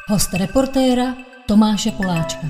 Host reportéra Tomáše Poláčka.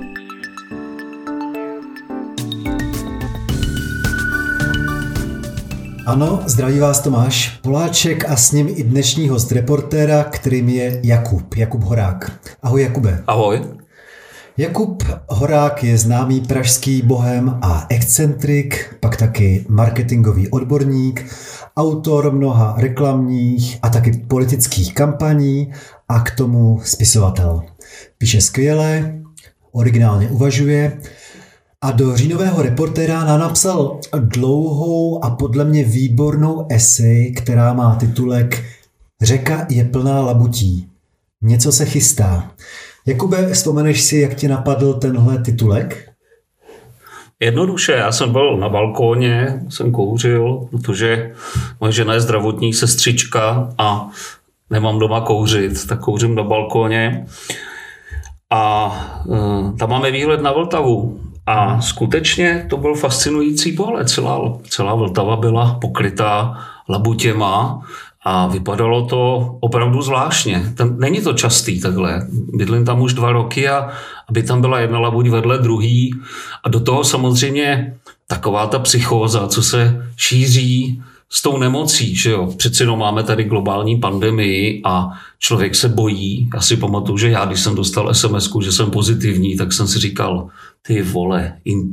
Ano, zdraví vás Tomáš Poláček a s ním i dnešní host reportéra, kterým je Jakub Horák. Ahoj Jakube. Ahoj. Jakub Horák je známý pražský bohem a excentrik, pak taky marketingový odborník, autor mnoha reklamních a taky politických kampaní a k tomu spisovatel. Píše skvěle, originálně uvažuje a do říjnového reportéra nám napsal dlouhou a podle mě výbornou esej, která má titulek Řeka je plná labutí. Něco se chystá. Jakube, vzpomeneš si, jak ti napadl tenhle titulek? Jednoduše, já jsem byl na balkóně, jsem kouřil, protože moje žena je zdravotní sestřička a nemám doma kouřit, tak kouřím na balkóně. A tam máme výhled na Vltavu. A skutečně to byl fascinující pohled. Celá Vltava byla pokrytá labutěma a vypadalo to opravdu zvláštně. Není to častý takhle. Bydlím tam už 2 roky a aby tam byla jedna labuť vedle druhý a do toho samozřejmě taková ta psychóza, co se šíří s tou nemocí, že jo. Přeci jenom máme tady globální pandemii a člověk se bojí. Já si pamatuju, že já, když jsem dostal SMS-ku, že jsem pozitivní, tak jsem si říkal, ty vole,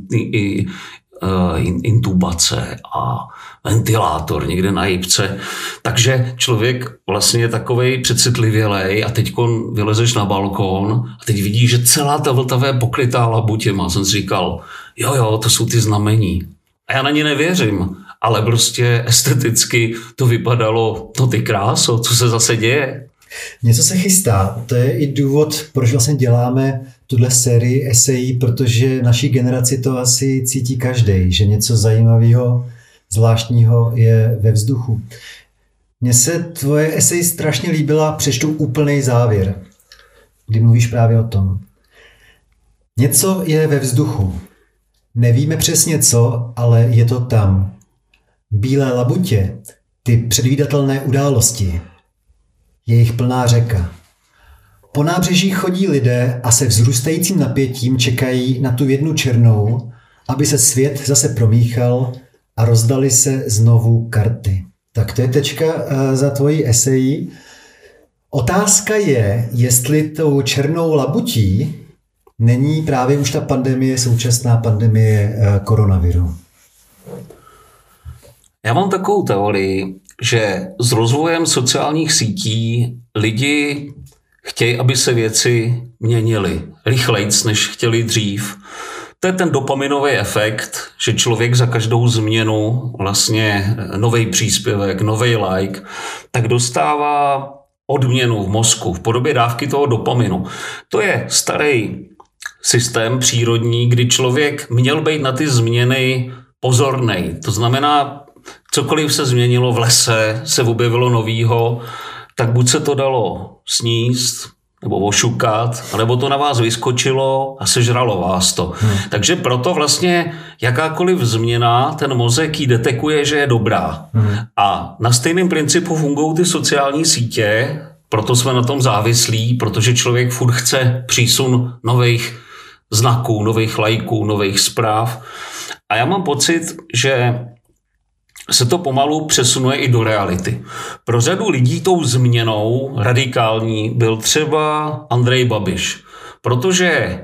intubace a ventilátor někde na jipce. Takže člověk vlastně je takovej přecitlivělej a teď vylezeš na balkón a teď vidíš, že celá ta Vltava je pokrytá labutěma. Jsem si říkal, jo, to jsou ty znamení. A já na ně nevěřím, ale prostě esteticky to vypadalo, no ty kráso, co se zase děje? Něco se chystá. To je i důvod, proč vlastně děláme tuhle sérii esejí, protože naší generaci to asi cítí každej, že něco zajímavého, zvláštního je ve vzduchu. Mně se tvoje esej strašně líbila, přečtu úplný závěr, kdy mluvíš právě o tom. Něco je ve vzduchu. Nevíme přesně co, ale je to tam. Bílé labutě, ty předvídatelné události. Je jich plná řeka. Po nábřeží chodí lidé a se vzrůstajícím napětím čekají na tu jednu černou, aby se svět zase promíchal a rozdali se znovu karty. Tak to je tečka za tvojí esejí. Otázka je, jestli tou černou labutí není právě už ta pandemie, současná pandemie koronaviru. Já mám takovou teorii, že s rozvojem sociálních sítí lidi chtějí, aby se věci měnily rychlejc, než chtěli dřív. To je ten dopaminový efekt, že člověk za každou změnu, vlastně nový příspěvek, nový like, tak dostává odměnu v mozku v podobě dávky toho dopaminu. To je starý systém přírodní, kdy člověk měl být na ty změny pozornej. To znamená, cokoliv se změnilo v lese, se objevilo novýho, tak buď se to dalo sníst, nebo ošukat, nebo to na vás vyskočilo a sežralo vás to. Takže proto vlastně jakákoliv změna, ten mozek ji detekuje, že je dobrá. A na stejném principu fungují ty sociální sítě, proto jsme na tom závislí, protože člověk furt chce přísun nových znaků, nových lajků, nových zpráv. A já mám pocit, že se to pomalu přesunuje i do reality. Pro řadu lidí tou změnou radikální byl třeba Andrej Babiš, protože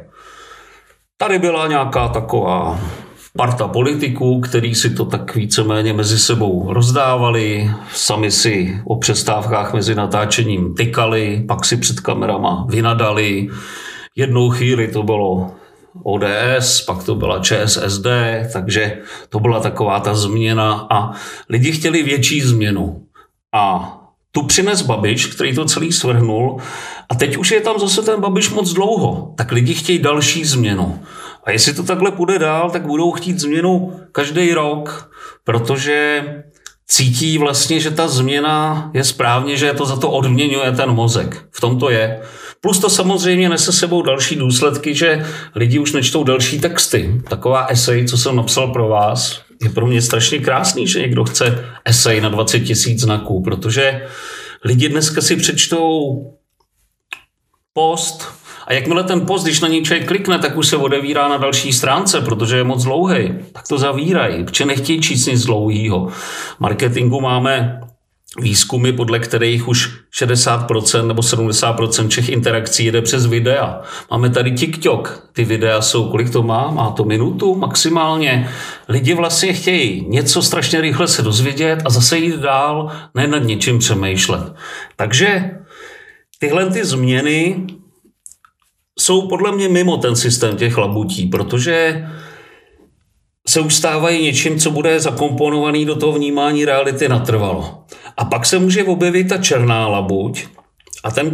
tady byla nějaká taková parta politiků, který si to tak víceméně mezi sebou rozdávali, sami si o přestávkách mezi natáčením tykali, pak si před kamerama vynadali. Jednou chvíli to bylo ODS, pak to byla ČSSD, takže to byla taková ta změna a lidi chtěli větší změnu. A tu přines Babiš, který to celý svrhnul a teď už je tam zase ten Babiš moc dlouho, tak lidi chtějí další změnu. A jestli to takhle půjde dál, tak budou chtít změnu každý rok, protože cítí vlastně, že ta změna je správně, že to za to odměňuje ten mozek. V tom to je. Plus to samozřejmě nese sebou další důsledky, že lidi už nečtou další texty. Taková esej, co jsem napsal pro vás, je pro mě strašně krásný, že někdo chce esej na 20 000 znaků, protože lidi dneska si přečtou post. A jakmile ten post, když na něj člověk klikne, tak už se odevírá na další stránce, protože je moc dlouhý. Tak to zavírají, protože nechtějí číst nic dlouhýho. V marketingu máme výzkumy, podle kterých už 60% nebo 70% všech interakcí jede přes videa. Máme tady TikTok. Ty videa jsou, kolik to má? Má to minutu maximálně. Lidi vlastně chtějí něco strašně rychle se dozvědět a zase jít dál, ne nad něčím přemýšlet. Takže tyhle ty změny jsou podle mě mimo ten systém těch labutí, protože se už stávají něčím, co bude zakomponovaný do toho vnímání reality natrvalo. A pak se může objevit ta černá labuť a ten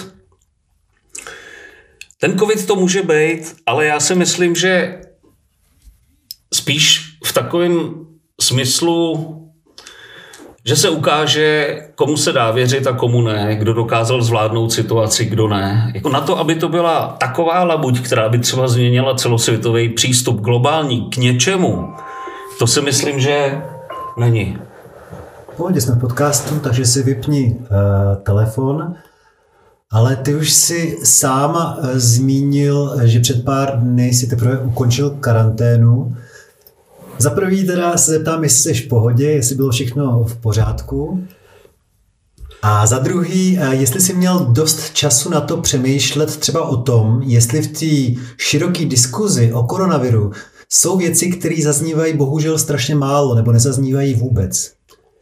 covid to může být, ale já si myslím, že spíš v takovém smyslu, že se ukáže, komu se dá věřit a komu ne, kdo dokázal zvládnout situaci, kdo ne. Jako na to, aby to byla taková labuť, která by třeba změnila celosvětový přístup globální k něčemu, to si myslím, že není. Pohodě, jsme v podcastu, takže si vypni telefon, ale ty už si sám zmínil, že před pár dny si teprve ukončil karanténu. Za prvý teda se zeptám, jestli jsi v pohodě, jestli bylo všechno v pořádku. A za druhý, jestli jsi měl dost času na to přemýšlet třeba o tom, jestli v té široké diskuzi o koronaviru jsou věci, které zaznívají bohužel strašně málo nebo nezaznívají vůbec.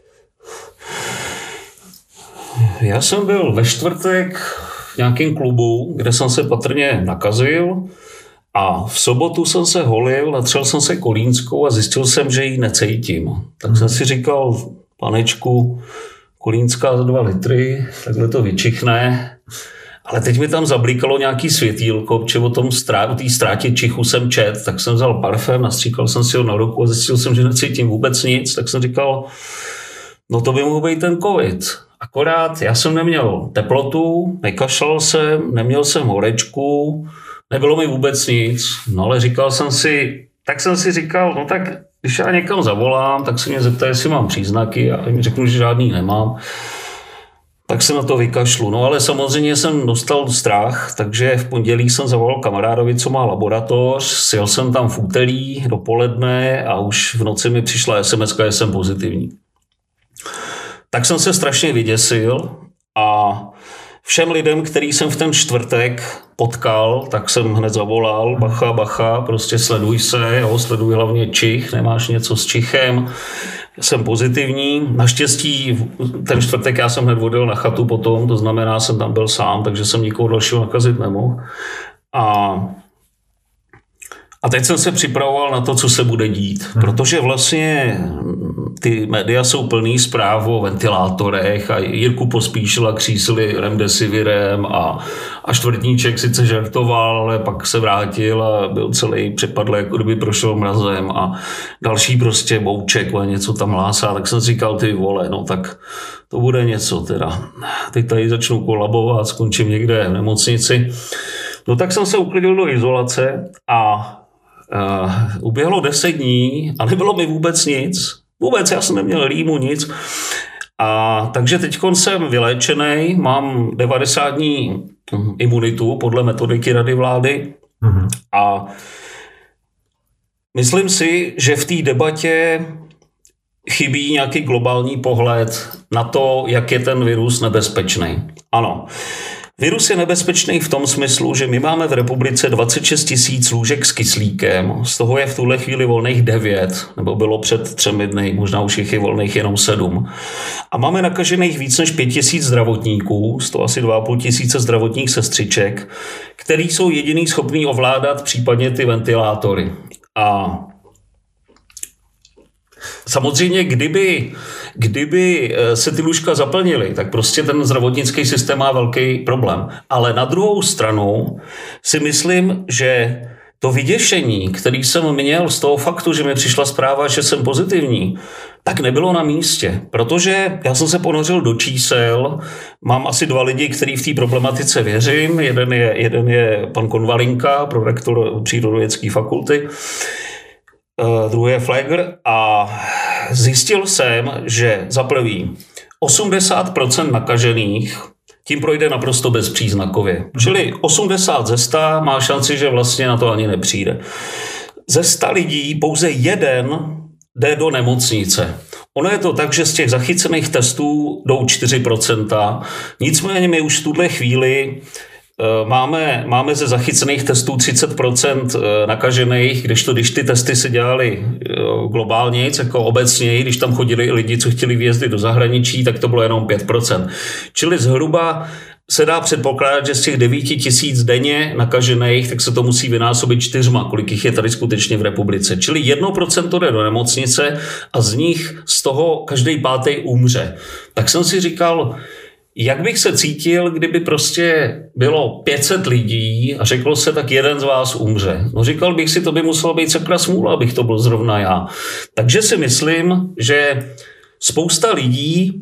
Já jsem byl ve čtvrtek v nějakém klubu, kde jsem se patrně nakazil. A v sobotu jsem se holil, natřel jsem se kolínskou a zjistil jsem, že ji necítím. Tak jsem si říkal, panečku, kolínská za 2 litry, takhle to vyčichne. Ale teď mi tam zablíkalo nějaký světýlko, protože o té ztrátě čichu jsem čet, tak jsem vzal parfém, nastříkal jsem si ho na ruku a zjistil jsem, že necítím vůbec nic. Tak jsem říkal, no to by mohl být ten covid. Akorát já jsem neměl teplotu, nekašlal jsem, neměl jsem horečku, nebylo mi vůbec nic, no ale jsem si říkal, no tak když já někam zavolám, tak se mě zeptají, jestli mám příznaky a mi řeknu, že žádný nemám, tak se na to vykašlu. No ale samozřejmě jsem dostal strach, takže v pondělí jsem zavolal kamarádovi, co má laboratoř, sjel jsem tam v úterý dopoledne a už v noci mi přišla SMS-ka, že jsem pozitivní. Tak jsem se strašně vyděsil a všem lidem, který jsem v ten čtvrtek potkal, tak jsem hned zavolal, bacha, prostě sleduj se, sleduj hlavně čich, nemáš něco s čichem, jsem pozitivní. Naštěstí ten čtvrtek já jsem hned odjel na chatu potom, to znamená, jsem tam byl sám, takže jsem nikoho dalšího nakazit nemohl. A teď jsem se připravoval na to, co se bude dít, protože vlastně ty média jsou plný zpráv o ventilátorech a Jirku Pospíšila křísili remdesivirem a Čtvrtníček sice žertoval, ale pak se vrátil a byl celý přepadlý, jako kdyby prošel mrazem a další prostě Bouček a něco tam hlásá, tak jsem říkal, ty vole, no tak to bude něco teda. Teď tady začnu kolabovat, skončím někde v nemocnici. No tak jsem se uklidil do izolace a uběhlo 10 dní a nebylo mi vůbec nic. Vůbec, já jsem neměl rýmu, nic. A takže teď jsem vyléčený, mám 90 dní imunitu podle metodiky Rady vlády. A myslím si, že v té debatě chybí nějaký globální pohled na to, jak je ten virus nebezpečný. Ano. Virus je nebezpečný v tom smyslu, že my máme v republice 26 000 lůžek s kyslíkem, z toho je v tuhle chvíli volných 9, nebo bylo před 3 dny, možná už jich je volných jenom 7. A máme nakažených víc než 5 000 zdravotníků, z toho asi 2 500 zdravotních sestřiček, který jsou jediný schopný ovládat případně ty ventilátory. A samozřejmě, kdyby se ty lůžka zaplnily, tak prostě ten zdravotnický systém má velký problém. Ale na druhou stranu si myslím, že to vyděšení, který jsem měl z toho faktu, že mi přišla zpráva, že jsem pozitivní, tak nebylo na místě. Protože já jsem se ponořil do čísel, mám asi 2 lidi, kteří v té problematice věřím. Jeden je pan Konvalinka, prorektor Přírodovědské fakulty, druhý je Flegr a zjistil jsem, že za prvý 80% nakažených tím projde naprosto bezpříznakově. Čili 80 ze 100 má šanci, že vlastně na to ani nepřijde. Ze 100 lidí pouze jeden jde do nemocnice. Ono je to tak, že z těch zachycených testů jdou 4%, nicméně my už v tuhle chvíli máme ze zachycených testů 30% nakažených, když ty testy se dělaly globálně, jako obecně, když tam chodili lidi, co chtěli výjezdy do zahraničí, tak to bylo jenom 5%. Čili zhruba se dá předpokládat, že z těch 9 000 denně nakažených, tak se to musí vynásobit 4, kolik jich je tady skutečně v republice. Čili 1% jde do nemocnice a z toho každý 5. umře. Tak jsem si říkal, jak bych se cítil, kdyby prostě bylo 500 lidí a řeklo se, tak jeden z vás umře. No říkal bych si, to by muselo být sakra smůla, abych to byl zrovna já. Takže si myslím, že spousta lidí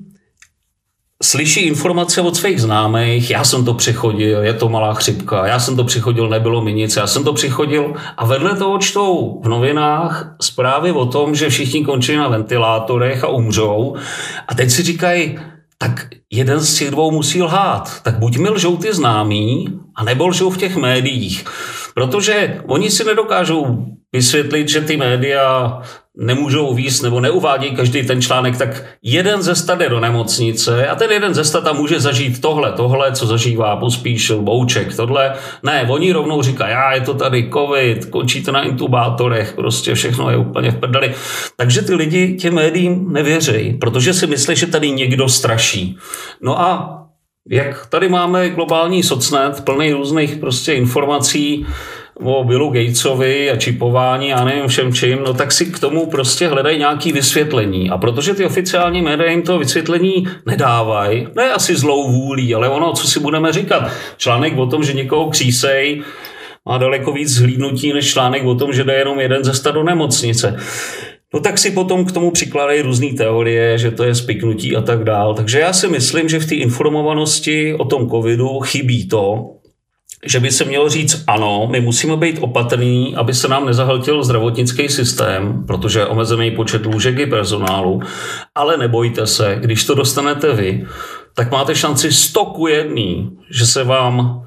slyší informace od svých známých, já jsem to přechodil, je to malá chřipka, já jsem to přechodil, nebylo mi nic, já jsem to přechodil a vedle toho čtou v novinách zprávy o tom, že všichni končí na ventilátorech a umřou a teď si říkají, tak jeden z těch dvou musí lhát. Tak buď mi lžou ty známí, anebo lžou v těch médiích. Protože oni si nedokážou vysvětlit, že ty média nemůžou víc nebo neuvádějí každý ten článek, tak jeden ze 100 jde do nemocnice a ten jeden ze 100 tam může zažít tohle, co zažívá Pospíšil, Bouček, tohle. Ne, oni rovnou říkají, je to tady covid, končíte na intubátorech, prostě všechno je úplně v prdeli. Takže ty lidi těm médiím nevěří, protože si myslí, že tady někdo straší. No a jak tady máme globální socnet plný různých prostě informací o Billu Gatesovi a čipování a nevím všem čím, no tak si k tomu prostě hledají nějaké vysvětlení. A protože ty oficiální média jim to vysvětlení nedávají, ne asi zlou vůlí, ale ono, co si budeme říkat. Článek o tom, že někoho křísej, má daleko víc zhlídnutí než článek o tom, že jde jenom jeden ze 100 do nemocnice. No tak si potom k tomu přikládají různé teorie, že to je spiknutí a tak dál. Takže já si myslím, že v té informovanosti o tom covidu chybí to, že by se mělo říct ano, my musíme být opatrní, aby se nám nezahltil zdravotnický systém, protože je omezený počet lůžek i personálu, ale nebojte se, když to dostanete vy, tak máte šanci 100:1, že se vám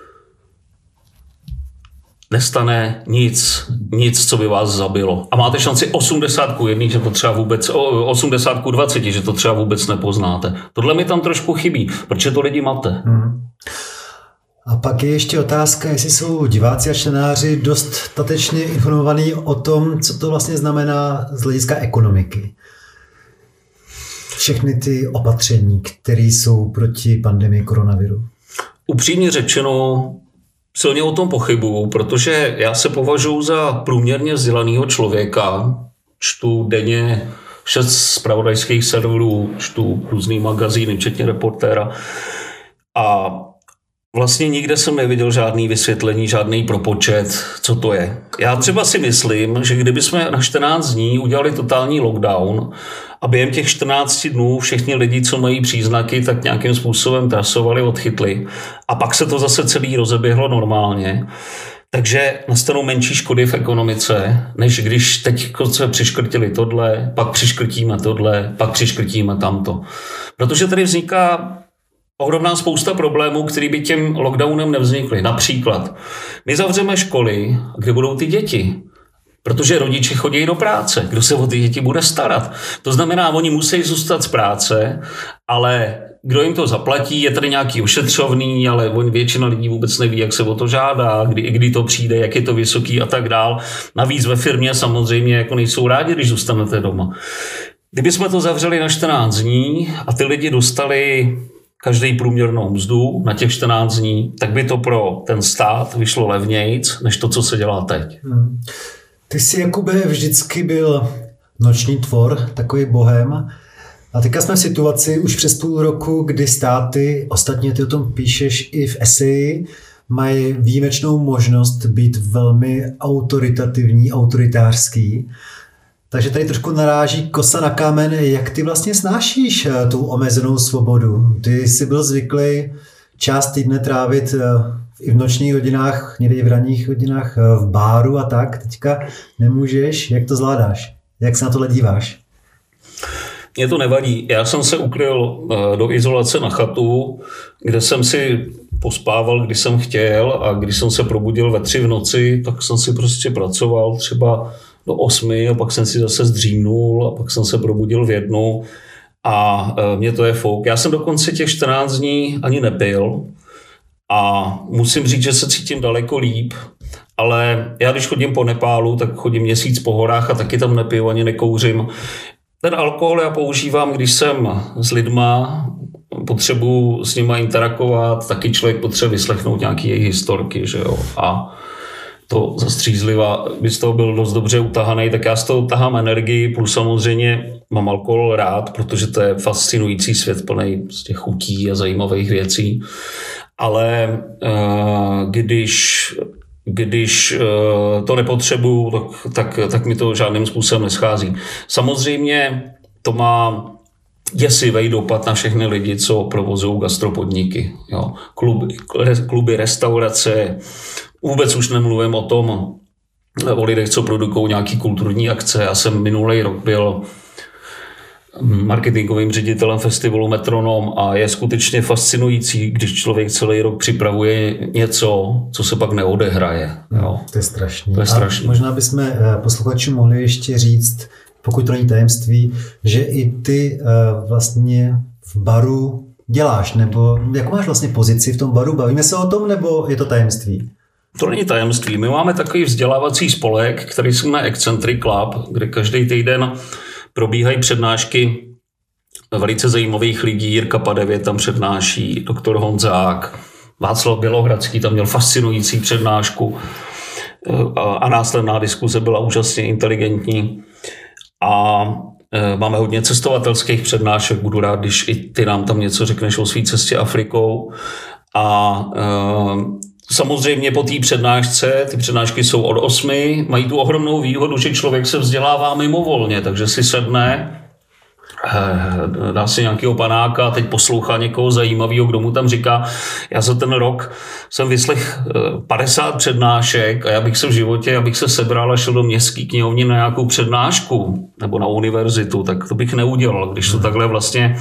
nestane nic, co by vás zabilo. A máte šanci 80:1, že to třeba vůbec, 80:20, že to třeba vůbec nepoznáte. Tohle mi tam trošku chybí, protože to lidi mate. A pak je ještě otázka, jestli jsou diváci a čtenáři dostatečně informovaní o tom, co to vlastně znamená z hlediska ekonomiky. Všechny ty opatření, které jsou proti pandemii koronaviru. Upřímně řečeno, silně o tom pochybuju, protože já se považuji za průměrně vzdělaného člověka. Čtu denně 6 zpravodajských serverů, čtu různý magazíny, včetně Reportéra. A vlastně nikde jsem neviděl žádný vysvětlení, žádný propočet, co to je. Já třeba si myslím, že kdybychom na 14 dní udělali totální lockdown a během těch 14 dnů všichni lidi, co mají příznaky, tak nějakým způsobem trasovali, odchytli a pak se to zase celý rozeběhlo normálně, takže nastanou menší škody v ekonomice, než když teď se přiškrtili tohle, pak přiškrtíme tohle, pak přiškrtíme tamto. Protože tady vzniká ohromná spousta problémů, které by tím lockdownem nevznikly. Například, my zavřeme školy, kde budou ty děti, protože rodiče chodí do práce. Kdo se o ty děti bude starat? To znamená, oni musí zůstat z práce, ale kdo jim to zaplatí, je tady nějaký ošetřovný, ale většina lidí vůbec neví, jak se o to žádá, kdy to přijde, jak je to vysoký a tak dál. Navíc ve firmě samozřejmě jako nejsou rádi, když zůstanete doma. Kdybychom to zavřeli na 14 dní a ty lidi dostali každý průměrnou mzdu na těch 14 dní, tak by to pro ten stát vyšlo levnějc, než to, co se dělá teď. Ty jsi, Jakube, vždycky byl noční tvor, takový bohem. A teďka jsme v situaci už přes půl roku, kdy státy, ostatně ty o tom píšeš i v eseji, mají výjimečnou možnost být velmi autoritativní, autoritářský. Takže tady trošku naráží kosa na kámen, jak ty vlastně snášíš tu omezenou svobodu. Ty jsi byl zvyklý část týdne trávit i v nočních hodinách, někdy i v ranních hodinách v báru a tak. Teďka nemůžeš. Jak to zvládáš? Jak se na tohle díváš? Mně to nevadí. Já jsem se ukryl do izolace na chatu, kde jsem si pospával, když jsem chtěl, a když jsem se probudil ve 3 v noci, tak jsem si prostě pracoval třeba do 8 a pak jsem si zase zdřímnul a pak jsem se probudil v 1 a mě to je fouk. Já jsem dokonce těch 14 dní ani nepil a musím říct, že se cítím daleko líp, ale já když chodím po Nepálu, tak chodím měsíc po horách a taky tam nepiju ani nekouřím. Ten alkohol já používám, když jsem s lidma, potřebuji s nima interagovat, taky člověk potřebuje vyslechnout nějaké jejich historky, že jo, a to zastřízliva, by z toho byl dost dobře utahaný, tak já z toho tahám energii, plus samozřejmě mám alkohol rád, protože to je fascinující svět plný z těch chutí a zajímavých věcí, ale když to nepotřebuju, tak mi to žádným způsobem neschází. Samozřejmě to má děsivý dopad na všechny lidi, co provozují gastropodniky. Jo. Kluby, restaurace, vůbec už nemluvím o lidech, co produkují nějaký kulturní akce. Já jsem minulý rok byl marketingovým ředitelem festivalu Metronom a je skutečně fascinující, když člověk celý rok připravuje něco, co se pak neodehraje. Jo. To je strašný. To je strašný. A možná bychom posluchačům mohli ještě říct, pokud to není tajemství, že i ty vlastně v baru děláš, nebo jakou máš vlastně pozici v tom baru? Bavíme se o tom, nebo je to tajemství? To není tajemství. My máme takový vzdělávací spolek, který se jmenuje Eccentric Club, kde každý týden probíhají přednášky velice zajímavých lidí. Jirka Padevět tam přednáší, doktor Honzák, Václav Bělohradský tam měl fascinující přednášku a následná diskuze byla úžasně inteligentní. A máme hodně cestovatelských přednášek, budu rád, když i ty nám tam něco řekneš o svý cestě Afrikou. A samozřejmě po té přednášce, ty přednášky jsou od 8, mají tu ohromnou výhodu, že člověk se vzdělává mimovolně, takže si sedne, dá si nějakého panáka a teď poslouchá někoho zajímavého, kdo mu tam říká, já za ten rok jsem vyslechl 50 přednášek a já bych se sebral a šel do městské knihovny na nějakou přednášku nebo na univerzitu, tak to bych neudělal, když to takhle vlastně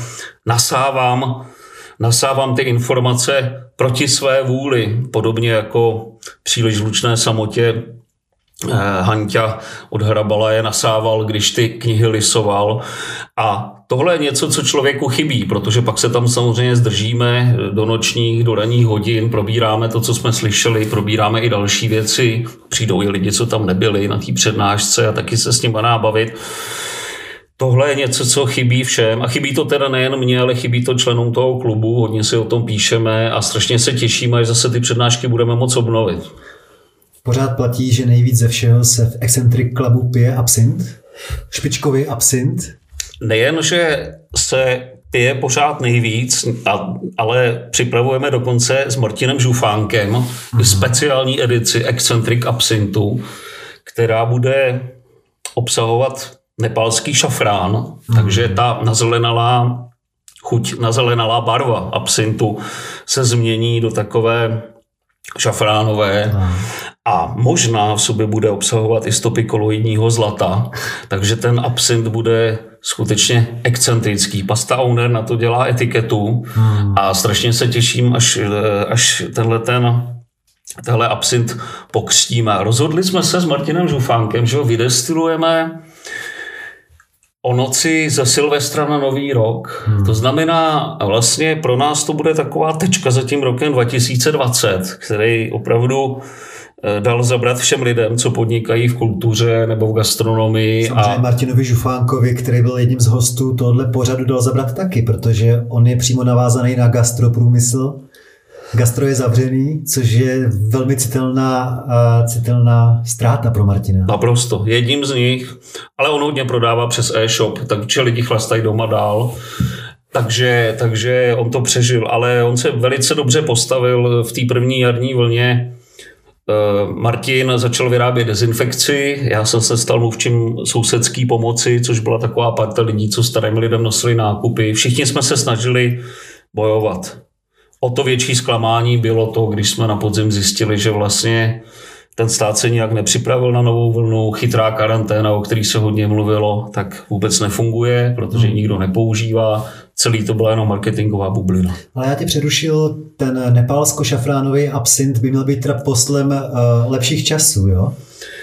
nasávám ty informace proti své vůli, podobně jako Příliš zvučné samotě Hanťa od Hrabala nasával, když ty knihy lisoval. A tohle je něco, co člověku chybí, protože pak se tam samozřejmě zdržíme do nočních, do ranních hodin, probíráme to, co jsme slyšeli, probíráme i další věci, přijdou i lidi, co tam nebyli na té přednášce a taky se s nimi dá bavit. Tohle je něco, co chybí všem a chybí to teda nejen mně, ale chybí to členům toho klubu, hodně si o tom píšeme a strašně se těšíme, že zase ty přednášky budeme moc obnovit. Pořád platí, že nejvíc ze všeho se v Eccentric Clubu pije absint, špičkový absint. Nejen, že se pije pořád nejvíc, ale připravujeme dokonce s Martinem Žufánkem speciální edici Eccentric absintu, která bude obsahovat nepálský šafrán, takže ta nazelenalá barva absintu se změní do takové šafránové a možná v sobě bude obsahovat i stopy koloidního zlata, takže ten absint bude skutečně excentrický. Pasta Owner na to dělá etiketu a strašně se těším, až tenhle absint pokřtíme. Rozhodli jsme se s Martinem Žufánkem, že ho vydestilujeme o noci ze Silvestra na Nový rok. To znamená, vlastně pro nás to bude taková tečka za tím rokem 2020, který opravdu dal zabrat všem lidem, co podnikají v kultuře nebo v gastronomii. Samozřejmě Martinovi Žufánkovi, který byl jedním z hostů tohoto pořadu, dal zabrat taky, protože on je přímo navázaný na gastroprůmysl. Gastro je zavřený, což je velmi citelná ztráta pro Martina. Naprosto, jedním z nich, ale on hodně prodává přes e-shop, takže lidi chlastají doma dál. Takže on to přežil, ale on se velice dobře postavil v té první jarní vlně. Martin začal vyrábět dezinfekci, já jsem se stal mluvčím sousedský pomoci, což byla taková parta lidí, co starým lidem nosili nákupy. Všichni jsme se snažili bojovat. O to větší zklamání bylo to, když jsme na podzim zjistili, že vlastně ten stát se nějak nepřipravil na novou vlnu, chytrá karanténa, o který se hodně mluvilo, tak vůbec nefunguje, protože nikdo nepoužívá. Celý to byla jenom marketingová bublina. Ale já tě přerušil, ten nepálsko-šafránový absint by měl být teda poslem lepších časů, jo?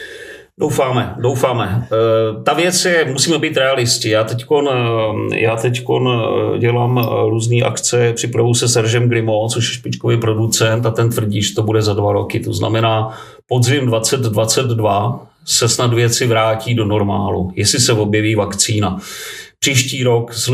Doufáme. Ta věc je, musíme být realisti. Já teďkon dělám různé akce, připravuju se Sergem Grimaud, což je špičkový producent a ten tvrdí, že to bude za 2 roky. To znamená, podzim 2022 se snad věci vrátí do normálu, jestli se objeví vakcína. Příští rok z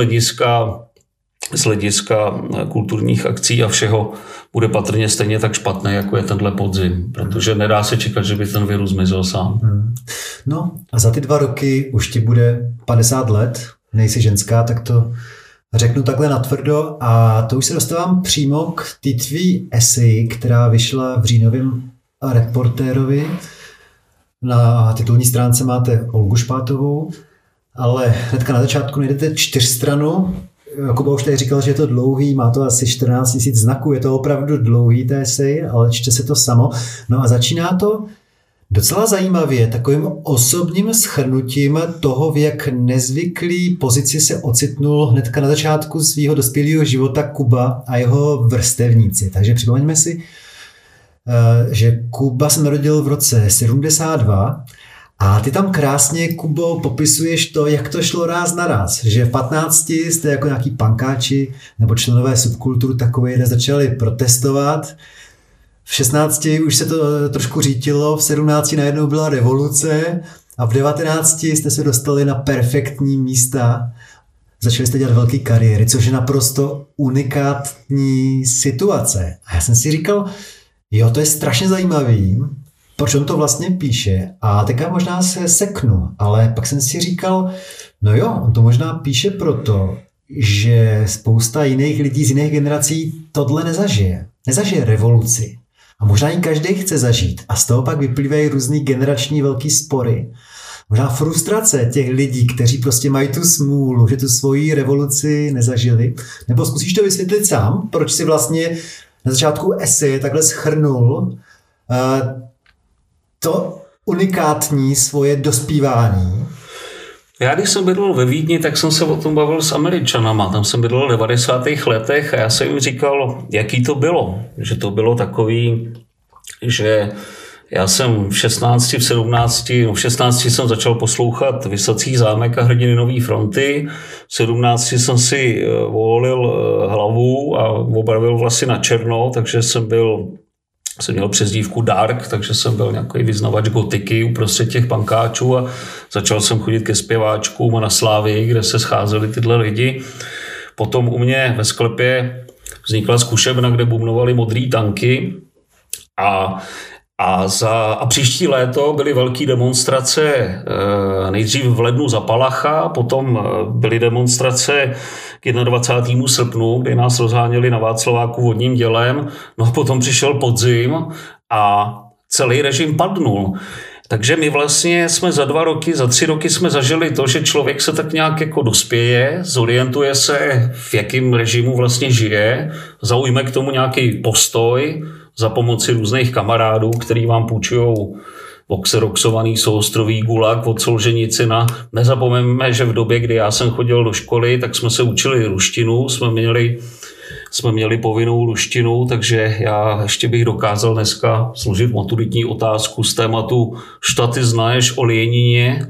hlediska kulturních akcí a všeho bude patrně stejně tak špatné, jako je tenhle podzim, protože nedá se čekat, že by ten virus zmizel sám. No a za ty 2 roky už ti bude 50 let, nejsi ženská, tak to řeknu takhle natvrdo a to už se dostávám přímo k té tvý eseji, která vyšla v říjnovém Reportérovi. Na titulní stránce máte Olgu Špátovou, ale hnedka na začátku najdete 4stranu. Kuba už tady říkal, že je to dlouhý, má to asi 14 000 znaků, je to opravdu dlouhý té esej, ale čte se to samo. No a začíná to docela zajímavě, takovým osobním shrnutím toho, v jak nezvyklý pozici se ocitnul hnedka na začátku svého dospělého života Kuba a jeho vrstevníci. Takže připomeňme si, že Kuba se narodil v roce 72 a ty tam krásně, Kubo, popisuješ to, jak to šlo ráz na ráz, že v 15 jste jako nějaký pankáči nebo členové subkultur takové začali protestovat, v 16 už se to trošku řítilo, v 17 najednou byla revoluce a v 19 jste se dostali na perfektní místa, začali jste dělat velké kariéry, což je naprosto unikátní situace. A já jsem si říkal, jo, to je strašně zajímavý, proč on to vlastně píše a teďka možná se seknu, ale pak jsem si říkal, no jo, on to možná píše proto, že spousta jiných lidí z jiných generací tohle nezažije. Nezažije revoluci. A možná ji každý chce zažít. A z toho pak vyplývají různý generační velký spory. Možná frustrace těch lidí, kteří prostě mají tu smůlu, že tu svoji revoluci nezažili. Nebo zkusíš to vysvětlit sám, proč si vlastně na začátku eseje takhle shrnul to unikátní svoje dospívání. Já když jsem bydlel ve Vídni, tak jsem se o tom bavil s Američanama. Tam jsem bydlel v 90. letech a já jsem jim říkal, jaký to bylo. Že to bylo takový, že já jsem v 16 jsem začal poslouchat Visací zámek a Hrdiny Nový fronty. V 17 jsem si volil hlavu a obarvil vlasy na černo, takže jsem měl přezdívku Dark, takže jsem byl nějaký vyznavač gotiky uprostřed těch pankáčů a začal jsem chodit ke zpěváčkům a na Slávii, kde se scházeli tyhle lidi. Potom u mě ve sklepě vznikla zkušebna, kde bubnovaly Modrý tanky a příští léto byly velké demonstrace, nejdřív v lednu za Palacha, potom byly demonstrace k 21. srpnu, kdy nás rozháněli na Václaváku vodním dělem, no a potom přišel podzim a celý režim padnul. Takže my vlastně jsme za 3 roky jsme zažili to, že člověk se tak nějak jako dospěje, zorientuje se, v jakém režimu vlastně žije, zaujme k tomu nějaký postoj za pomoci různých kamarádů, který vám půjčujou oxeroxovaný soostrový gulag od Solženicina. Nezapomeňme, že v době, kdy já jsem chodil do školy, tak jsme se učili ruštinu, jsme měli povinnou ruštinu, takže já ještě bych dokázal dneska složit maturitní otázku z tématu "Šta ty znaješ o Lenině?"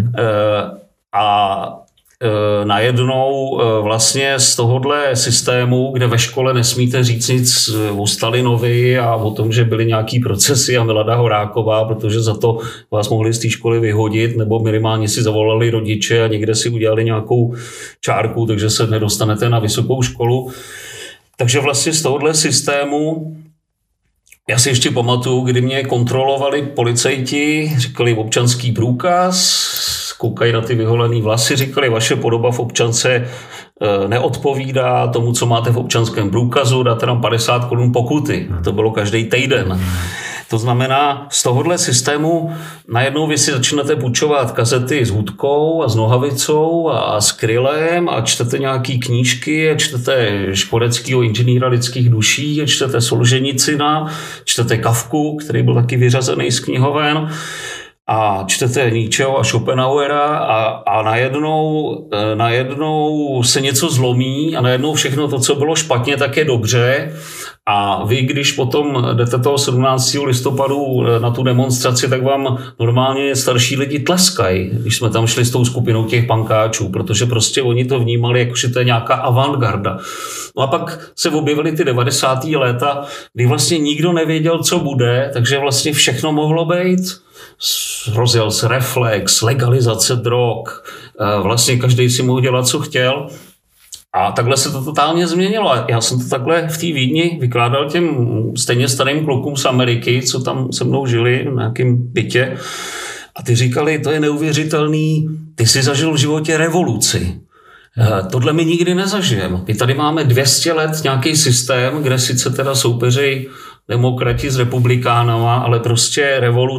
A najednou vlastně z tohohle systému, kde ve škole nesmíte říct nic o Stalinovi a o tom, že byly nějaký procesy a Milada Horáková, protože za to vás mohli z té školy vyhodit, nebo minimálně si zavolali rodiče a někde si udělali nějakou čárku, takže se nedostanete na vysokou školu. Takže vlastně z tohohle systému já si ještě pamatuju, kdy mě kontrolovali policajti, říkali občanský průkaz, koukají na ty vyholený vlasy, říkali, vaše podoba v občance neodpovídá tomu, co máte v občanském průkazu, dáte nám 50 korun pokuty. To bylo každý týden. To znamená, z tohohle systému najednou vy si začnete půjčovat kazety s hudkou a s nohavicou a s krylem a čtete nějaký knížky a čtete Škoreckýho inženýra lidských duší a čtete Solženicina, čtete Kafku, který byl taky vyřazený z knihoven, a čtete Nietzscheho a Schopenhauera a najednou se něco zlomí a najednou všechno to, co bylo špatně, tak je dobře. A vy, když potom jdete toho 17. listopadu na tu demonstraci, tak vám normálně starší lidi tleskají, když jsme tam šli s tou skupinou těch pankáčů, protože prostě oni to vnímali, jako že to je nějaká avantgarda. No a pak se objevily ty 90. léta, kdy vlastně nikdo nevěděl, co bude, takže vlastně všechno mohlo být. Rozjel se reflex, legalizace drog, vlastně každý si mohl dělat, co chtěl. A takhle se to totálně změnilo. Já jsem to takhle v té Vídni vykládal těm stejně starým klukům z Ameriky, co tam se mnou žili v nějakém bytě. A ty říkali, to je neuvěřitelný, ty jsi zažil v životě revoluci. Tohle my nikdy nezažijeme. My tady máme 200 let nějaký systém, kde sice teda soupeří demokrati s republikánama, ale prostě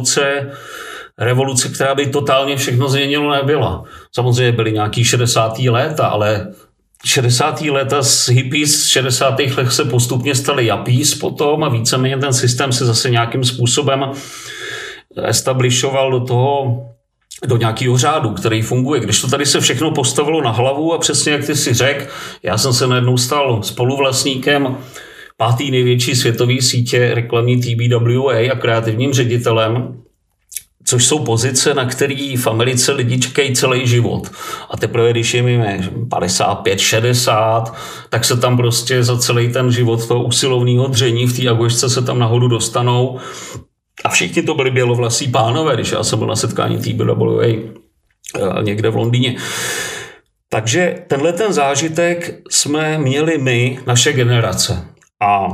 revoluce, která by totálně všechno změnilo, nebyla. Samozřejmě byly nějaký 60. léta, ale 60. léta z hippies z 60. let se postupně staly jappies potom a víceméně ten systém se zase nějakým způsobem establishoval do nějakého řádu, který funguje. Když to tady se všechno postavilo na hlavu a přesně jak ty si řekl, já jsem se najednou stal spoluvlastníkem 5. největší světové sítě reklamní TBWA a kreativním ředitelem, což jsou pozice, na který v Americe lidi čekají celý život. A teprve, když jim je 55, 60, tak se tam prostě za celý ten život toho usilovného dření v té agošce se tam nahoru dostanou. A všichni to byli bělovlasí pánové, když já jsem byl na setkání TBWA někde v Londýně. Takže tenhle ten zážitek jsme měli my, naše generace. A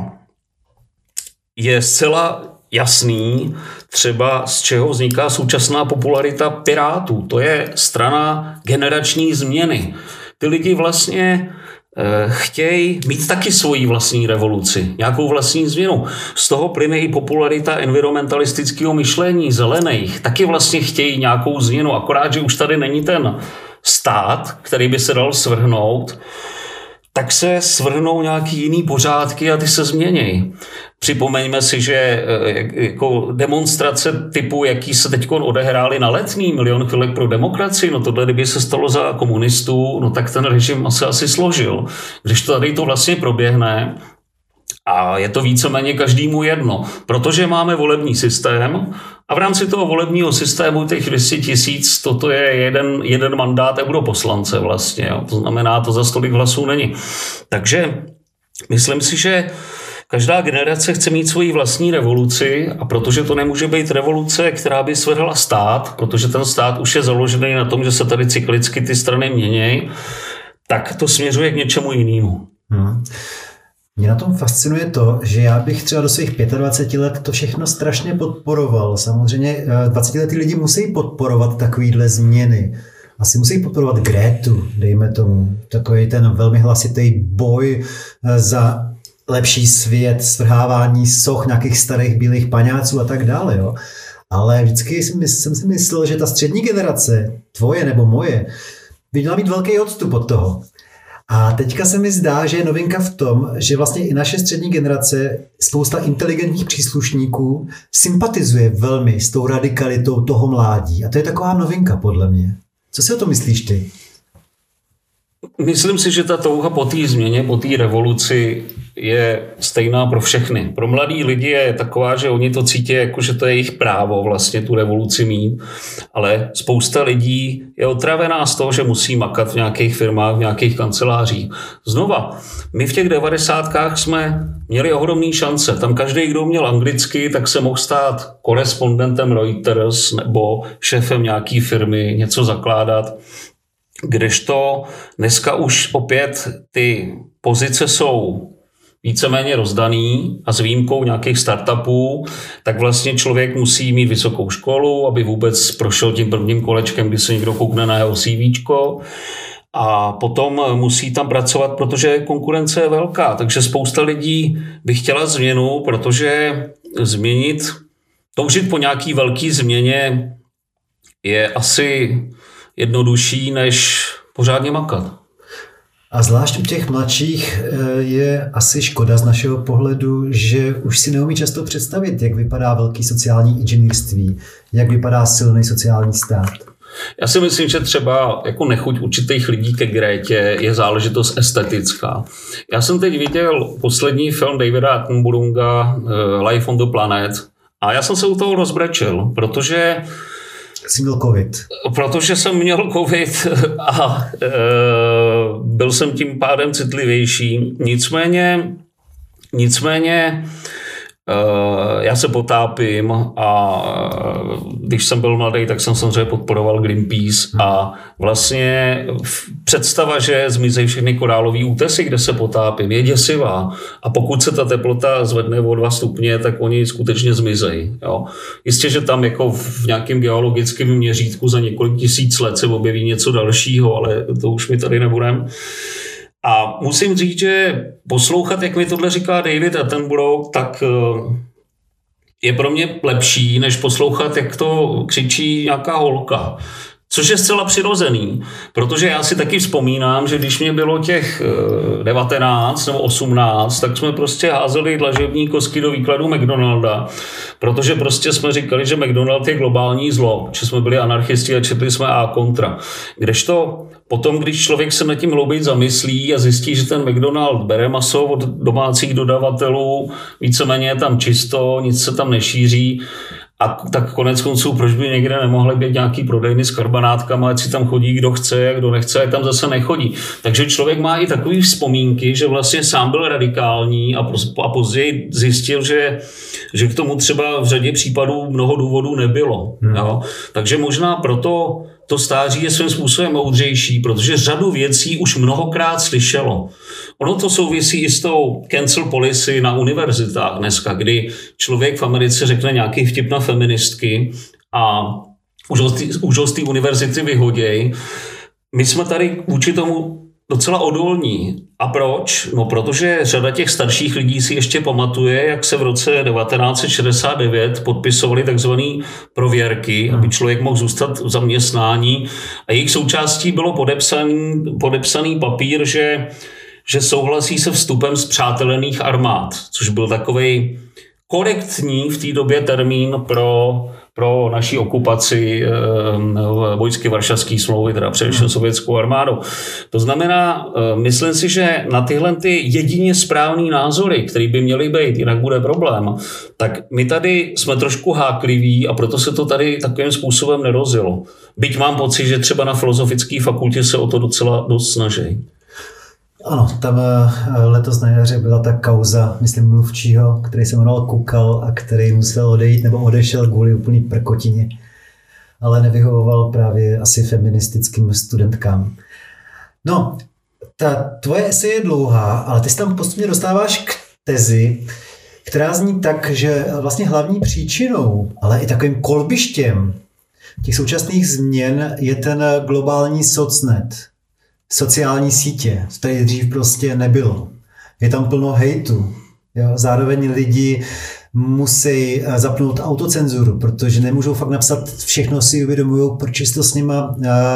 je zcela jasný třeba, z čeho vzniká současná popularita Pirátů. To je strana generační změny. Ty lidi vlastně chtějí mít taky svoji vlastní revoluci, nějakou vlastní změnu. Z toho plyne i popularita environmentalistického myšlení, zelených. Taky vlastně chtějí nějakou změnu, akorát, že už tady není ten stát, který by se dal svrhnout, tak se svrhnou nějaký jiný pořádky a ty se změnějí. Připomeňme si, že jako demonstrace typu, jaký se teď odehrály na Letný, 1 000 000 chvilek pro demokracii, no tohle, kdyby se stalo za komunistů, no tak ten režim se asi složil. Když to tady to vlastně proběhne, a je to víceméně každému jedno, protože máme volební systém a v rámci toho volebního systému těch 200 000, toto je jeden mandát europoslance vlastně. Jo. To znamená, to za tolik hlasů není. Takže myslím si, že každá generace chce mít svoji vlastní revoluci a protože to nemůže být revoluce, která by svrhla stát, protože ten stát už je založený na tom, že se tady cyklicky ty strany měnějí, tak to směřuje k něčemu jinému. Mě na tom fascinuje to, že já bych třeba do svých 25 let to všechno strašně podporoval. Samozřejmě 20letí lidi musí podporovat takovýhle změny. Asi musí podporovat Grétu, dejme tomu. Takový ten velmi hlasitý boj za lepší svět, svrhávání soch nějakých starých bílých paňáců a tak dále. Jo. Ale vždycky jsem si myslel, že ta střední generace, tvoje nebo moje, by měla mít velký odstup od toho. A teďka se mi zdá, že je novinka v tom, že vlastně i naše střední generace, spousta inteligentních příslušníků sympatizuje velmi s tou radikalitou toho mládí. A to je taková novinka podle mě. Co si o tom myslíš ty? Myslím si, že ta touha po té změně, po té revoluci je stejná pro všechny. Pro mladý lidi je taková, že oni to cítí jako, že to je jejich právo vlastně tu revoluci mít, ale spousta lidí je otravená z toho, že musí makat v nějakých firmách, v nějakých kancelářích. Znova, my v těch 90kách jsme měli ohromný šance. Tam každý, kdo měl anglicky, tak se mohl stát korespondentem Reuters nebo šéfem nějaký firmy, něco zakládat. Kdežto dneska už opět ty pozice jsou víceméně rozdaný a s výjimkou nějakých startupů, tak vlastně člověk musí mít vysokou školu, aby vůbec prošel tím prvním kolečkem, kdy se někdo koukne na jeho CVčko a potom musí tam pracovat, protože konkurence je velká. Takže spousta lidí by chtěla změnu, protože změnit toužit po nějaký velký změně je asi jednodušší, než pořádně makat. A zvlášť u těch mladších je asi škoda z našeho pohledu, že už si neumí často představit, jak vypadá velký sociální inženýrství, jak vypadá silný sociální stát. Já si myslím, že třeba jako nechuť určitých lidí ke Grétě je záležitost estetická. Já jsem teď viděl poslední film Davida Attenborouga Life on the Planet a já jsem se u toho rozbrečel, protože jsi měl covid. Protože jsem měl covid a byl jsem tím pádem citlivější. Nicméně já se potápím a když jsem byl mladý, tak jsem samozřejmě podporoval Greenpeace a vlastně představa, že zmizejí všechny korálové útesy, kde se potápím, je děsivá a pokud se ta teplota zvedne o 2 stupně, tak oni skutečně zmizejí. Jo. Jistě, že tam jako v nějakém geologickém měřítku za několik tisíc let se objeví něco dalšího, ale to už mi tady nebudem. A musím říct, že poslouchat, jak mi tohle říká David Attenborough, tak je pro mě lepší, než poslouchat, jak to křičí nějaká holka. Což je zcela přirozený, protože já si taky vzpomínám, že když mě bylo těch 19 nebo 18, tak jsme prostě házeli dlažební kostky do výkladu McDonalda, protože prostě jsme říkali, že McDonald je globální zlo, že jsme byli anarchisti a četli jsme A kontra. Kdežto potom, když člověk se nad tím hlouběji zamyslí a zjistí, že ten McDonald bere maso od domácích dodavatelů, víceméně je tam čisto, nic se tam nešíří, a tak konec konců, proč by někde nemohly být nějaký prodejny s karbanátkama, ať si tam chodí kdo chce, kdo nechce, ať tam zase nechodí. Takže člověk má i takový vzpomínky, že vlastně sám byl radikální a později zjistil, že k tomu třeba v řadě případů mnoho důvodů nebylo. Jo? Takže možná proto to stáří je svým způsobem moudřejší, protože řadu věcí už mnohokrát slyšelo. Ono to souvisí i s tou cancel policy na univerzitách dneska, kdy člověk v Americe řekne nějaký vtip na feministky a už ho z té univerzity vyhoděj. My jsme tady vůči tomu docela odolní. A proč? No, protože řada těch starších lidí si ještě pamatuje, jak se v roce 1969 podpisovaly takzvané prověrky, aby člověk mohl zůstat v zaměstnání. A jejich součástí bylo podepsaný papír, že souhlasí se vstupem spřátelených armád, což byl takovej korektní v té době termín pro naši okupaci vojsky Varšavské smlouvy, teda především sovětskou armádou. To znamená, myslím si, že na tyhle ty jedině správný názory, které by měly být, jinak bude problém, tak my tady jsme trošku hákliví a proto se to tady takovým způsobem nerozjelo. Byť mám pocit, že třeba na filozofické fakultě se o to docela dost snaží. Ano, tam letos na jaře byla ta kauza, myslím, mluvčího, který se jmenoval Kukal a který musel odejít nebo odešel kvůli úplný prkotině, ale nevyhovoval právě asi feministickým studentkám. No, ta tvoje esej je dlouhá, ale ty se tam postupně dostáváš k tezi, která zní tak, že vlastně hlavní příčinou, ale i takovým kolbištěm těch současných změn je ten globální socnet, sociální sítě, co tady dřív prostě nebylo. Je tam plno hejtu. Jo? Zároveň lidi musí zapnout autocenzuru, protože nemůžou fakt napsat všechno, si uvědomují, proč to s nima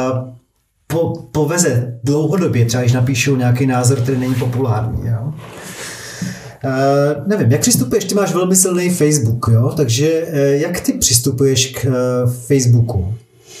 poveze dlouhodobě, třeba když napíšou nějaký názor, který není populární. Jo? Nevím, jak přistupuješ? Ty máš velmi silný Facebook, jo? Takže jak ty přistupuješ k Facebooku?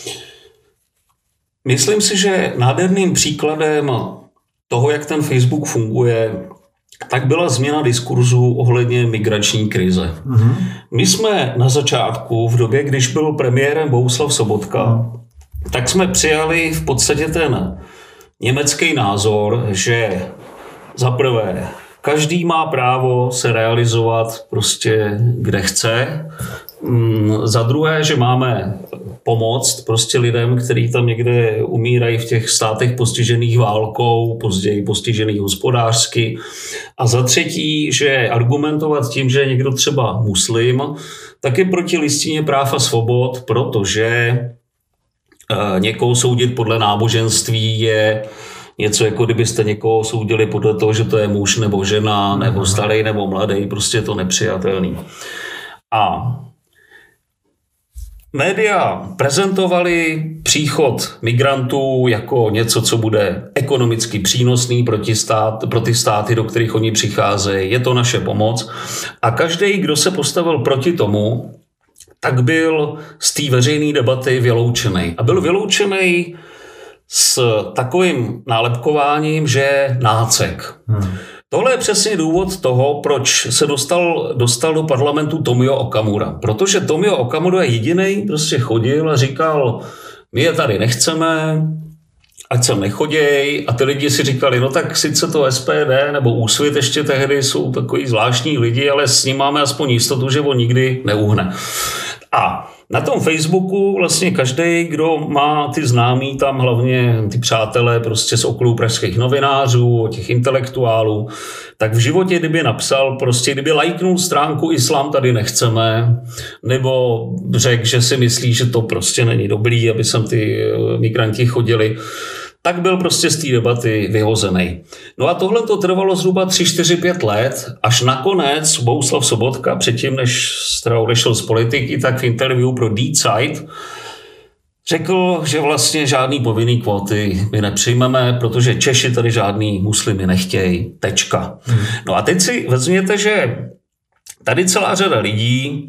Myslím si, že nádherným příkladem toho, jak ten Facebook funguje, tak byla změna diskurzu ohledně migrační krize. Mm-hmm. My jsme na začátku, v době, když byl premiérem Bohuslav Sobotka, tak jsme přijali v podstatě ten německý názor, že za prvé, každý má právo se realizovat prostě kde chce. Za druhé, že máme pomoct prostě lidem, kteří tam někde umírají v těch státech postižených válkou, později postižených hospodářsky. A za třetí, že argumentovat tím, že je někdo třeba muslim, tak je proti listině práv a svobod, protože někoho soudit podle náboženství je něco, jako kdybyste někoho soudili podle toho, že to je muž nebo žena, nebo starý nebo mladý, prostě je to nepřijatelný. A média prezentovali příchod migrantů jako něco, co bude ekonomicky přínosný pro ty státy, do kterých oni přicházejí. Je to naše pomoc. A každý, kdo se postavil proti tomu, tak byl z té veřejné debaty vyloučený. A byl vyloučený s takovým nálepkováním, že je nácek. Tohle je přesně důvod toho, proč se dostal do parlamentu Tomio Okamura. Protože Tomio Okamura jedinej prostě chodil a říkal, my je tady nechceme, ať sem nechoděj. A ty lidi si říkali, no tak sice to SPD nebo Úsvit ještě tehdy jsou takový zvláštní lidi, ale s ním máme aspoň jistotu, že on nikdy neuhne. A na tom Facebooku vlastně každý, kdo má ty známí, tam hlavně ty přátelé prostě z okruhu pražských novinářů, těch intelektuálů, tak v životě, kdyby napsal, prostě kdyby lajknul stránku Islám tady nechceme, nebo řekl, že si myslí, že to prostě není dobrý, aby sem ty migranti chodili, tak byl prostě z té debaty vyhozený. No a tohle to trvalo zhruba 3, 4, 5 let, až nakonec Bohuslav Sobotka, předtím než odešel z politiky, tak v interview pro Die Zeit řekl, že vlastně žádný povinný kvóty my nepřijmeme, protože Češi tady žádný muslimy nechtějí, tečka. No a teď si vezměte, že tady celá řada lidí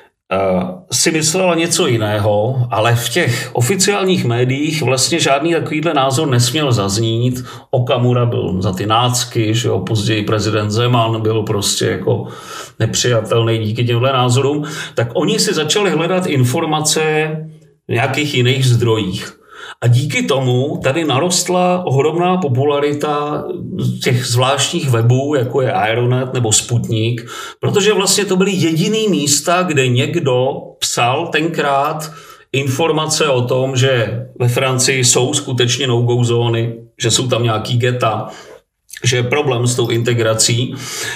si myslela něco jiného, ale v těch oficiálních médiích vlastně žádný takovýhle názor nesměl zaznít. Okamura byl za ty nácky, že jo, později prezident Zeman byl prostě jako nepřijatelný díky těmhle názorům, tak oni si začali hledat informace v nějakých jiných zdrojích. A díky tomu tady narostla ohromná popularita těch zvláštních webů, jako je Aeronet nebo Sputnik, protože vlastně to byly jediný místa, kde někdo psal tenkrát informace o tom, že ve Francii jsou skutečně no-go zóny, že jsou tam nějaký geta, že je problém s tou integrací.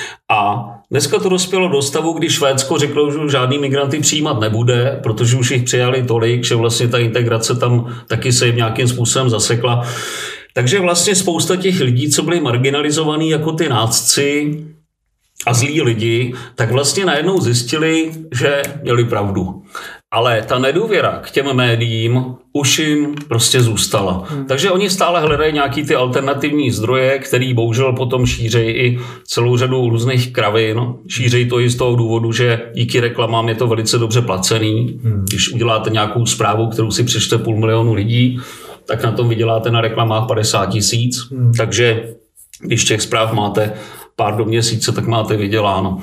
A dneska to dospělo do stavu, kdy Švédsko řeklo, že žádný migranty přijímat nebude, protože už jich přijali tolik, že vlastně ta integrace tam taky se jim nějakým způsobem zasekla. Takže vlastně spousta těch lidí, co byli marginalizovaní jako ty nácci a zlí lidi, tak vlastně najednou zjistili, že měli pravdu. Ale ta nedůvěra k těm médiím už jim prostě zůstala. Takže oni stále hledají nějaký ty alternativní zdroje, který bohužel potom šířejí i celou řadu různých kravin. Šířejí to i z toho důvodu, že díky reklamám je to velice dobře placený. Když uděláte nějakou zprávu, kterou si přečte 500 000 lidí, tak na tom vyděláte na reklamách 50 000. Takže když těch zpráv máte pár do měsíce, tak máte vyděláno.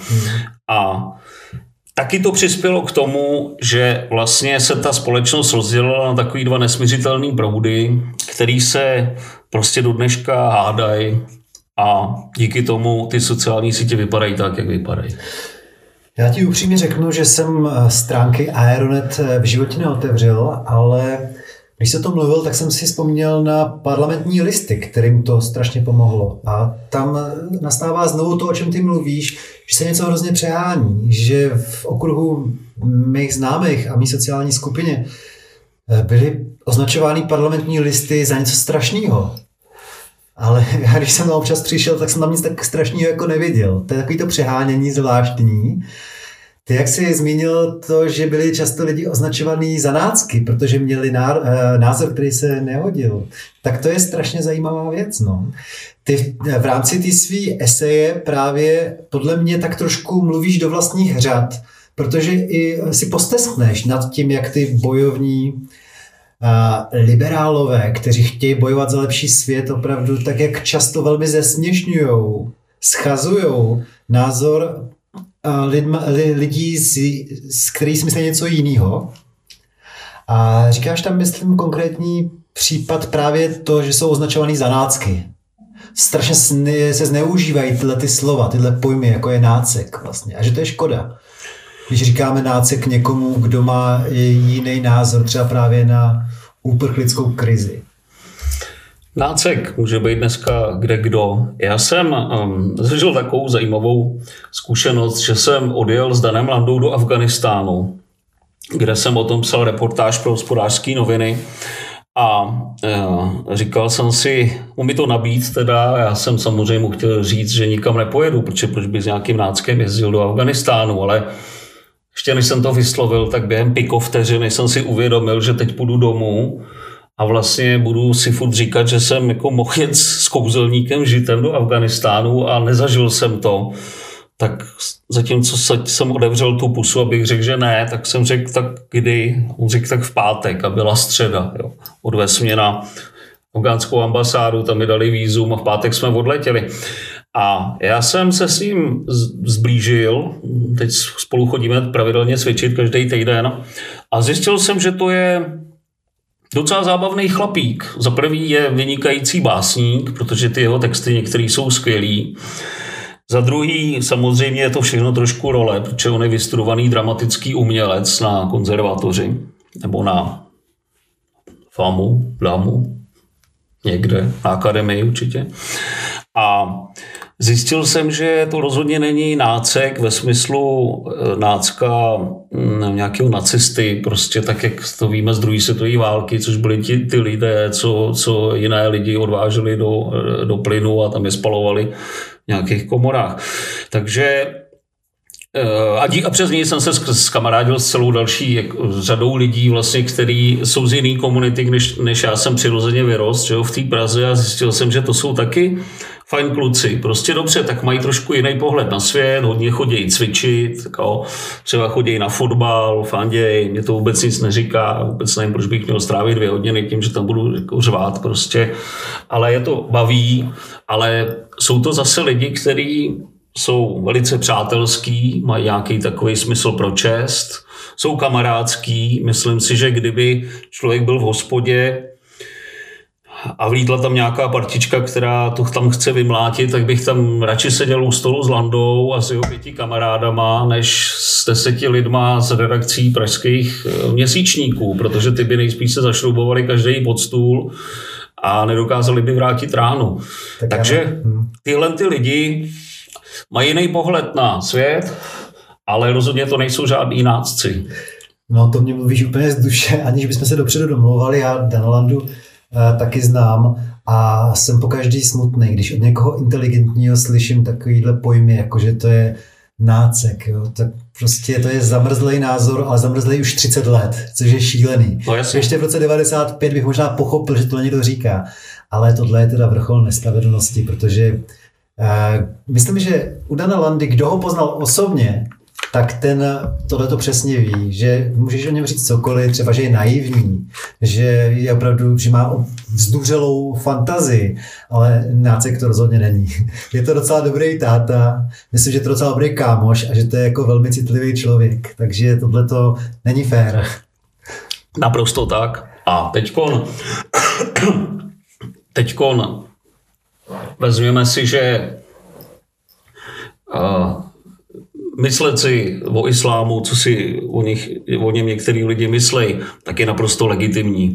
A taky to přispělo k tomu, že vlastně se ta společnost rozdělila na takový 2 nesmiřitelný proudy, který se prostě do dneška hádají a díky tomu ty sociální sítě vypadají tak, jak vypadají. Já ti upřímně řeknu, že jsem stránky Aeronet v životě neotevřel, ale když se to mluvil, tak jsem si vzpomněl na parlamentní listy, kterým to strašně pomohlo. A tam nastává znovu to, o čem ty mluvíš, že se něco hrozně přehání, že v okruhu mých známých a mý sociální skupině byly označovány parlamentní listy za něco strašného. Ale já, když jsem tam občas přišel, tak jsem tam nic tak strašného jako neviděl. To je takový to přehánění zvláštní. Ty, jak jsi zmínil to, že byli často lidi označovaní za nácky, protože měli názor, který se nehodil, tak to je strašně zajímavá věc. No. Ty v rámci ty svý eseje právě podle mě tak trošku mluvíš do vlastních řad, protože i si posteskneš nad tím, jak ty bojovní liberálové, kteří chtějí bojovat za lepší svět, opravdu tak, jak často velmi zesměšňujou, schazujou názor lidí, který si myslí něco jiného. A říkáš tam, myslím, konkrétní případ právě to, že jsou označovaný za nácky. Strašně se zneužívají tyhle ty slova, tyhle pojmy, jako je nácek vlastně. A že to je škoda. Když říkáme nácek někomu, kdo má jiný názor, třeba právě na uprchlickou krizi. Nácek může být dneska kde kdo. Já jsem zažil takovou zajímavou zkušenost, že jsem odjel s Danem Landou do Afghánistánu, kde jsem o tom psal reportáž pro Hospodářské noviny a říkal jsem si, mi to nabít teda, já jsem samozřejmě chtěl říct, že nikam nepojedu, protože proč bych s nějakým náckem jezdil do Afghánistánu, ale ještě než jsem to vyslovil, tak během pikovteřiny jsem si uvědomil, že teď půjdu domů a vlastně budu si furt říkat, že jsem jako mohl jet s kouzelníkem žitem do Afghánistánu a nezažil jsem to. Tak zatímco jsem otevřel tu pusu, abych řekl, že ne, tak jsem řekl, tak kdy? On řekl, tak v pátek a byla středa. Jo. Odvez mě na afgánskou ambasádu, tam mi dali vízum a v pátek jsme odletěli. A já jsem se s ním zblížil, teď spolu chodíme pravidelně cvičit každý týden a zjistil jsem, že to je docela zábavný chlapík. Za prvý je vynikající básník, protože ty jeho texty některý jsou skvělý. Za druhý samozřejmě je to všechno trošku role, protože on je vystudovaný dramatický umělec na konzervatoři nebo na FAMu, DAMu, někde, na akademii určitě. A zjistil jsem, že to rozhodně není nácek ve smyslu nácka nějakého nacisty, prostě tak, jak to víme z druhé světové války, což byli ty lidé, co jiné lidi odváželi do plynu a tam je spalovali v nějakých komorách. Takže a přes něj jsem se zkamarádil s celou další řadou lidí, vlastně, který jsou z jiný komunity, než já jsem přirozeně vyrost, že jo, v té Praze a zjistil jsem, že to jsou taky fajn kluci. Prostě dobře, tak mají trošku jiný pohled na svět, hodně chodí cvičit, tako, třeba chodí na fotbal, fanděj, mě to vůbec nic neříká, vůbec nevím, proč bych měl strávit 2 hodiny tím, že tam budu jako řvát prostě, ale je to baví, ale jsou to zase lidi, kteří jsou velice přátelský, mají nějaký takový smysl pro čest, jsou kamarádský. Myslím si, že kdyby člověk byl v hospodě a vlítla tam nějaká partička, která to tam chce vymlátit, tak bych tam radši seděl u stolu s Landou a s jeho 5 kamarádama, než s 10 lidma z redakcí pražských měsíčníků, protože ty by nejspíš se zašroubovali každý pod stůl a nedokázali by vrátit ránu. Takže tyhle ty lidi mají jiný pohled na svět, ale rozhodně to nejsou žádný nácci. No to mě mluvíš úplně z duše, aniž bychom se dopředu domlouvali. Já Dana Landu taky znám a jsem pokaždý smutný, když od někoho inteligentního slyším takovýhle pojmy, jako že to je nácek. Jo? Tak prostě to je zamrzlej názor, ale zamrzlej už 30 let, což je šílený. No, ještě v roce 95 bych možná pochopil, že to někdo říká, ale tohle je teda vrchol nespravedlnosti, protože myslím, že u Dana Landy, kdo ho poznal osobně, tak ten tohleto přesně ví, že můžeš o něm říct cokoliv, třeba, že je naivní, že je opravdu, že má vzduřelou fantazii, ale nácek to rozhodně není. Je to docela dobrý táta, myslím, že je to docela dobrý kámoš a že to je jako velmi citlivý člověk, takže tohleto není fér. Naprosto tak. A teďkon vezměme si, že myslet si o islámu, co si o něm některý lidi myslejí, tak je naprosto legitimní.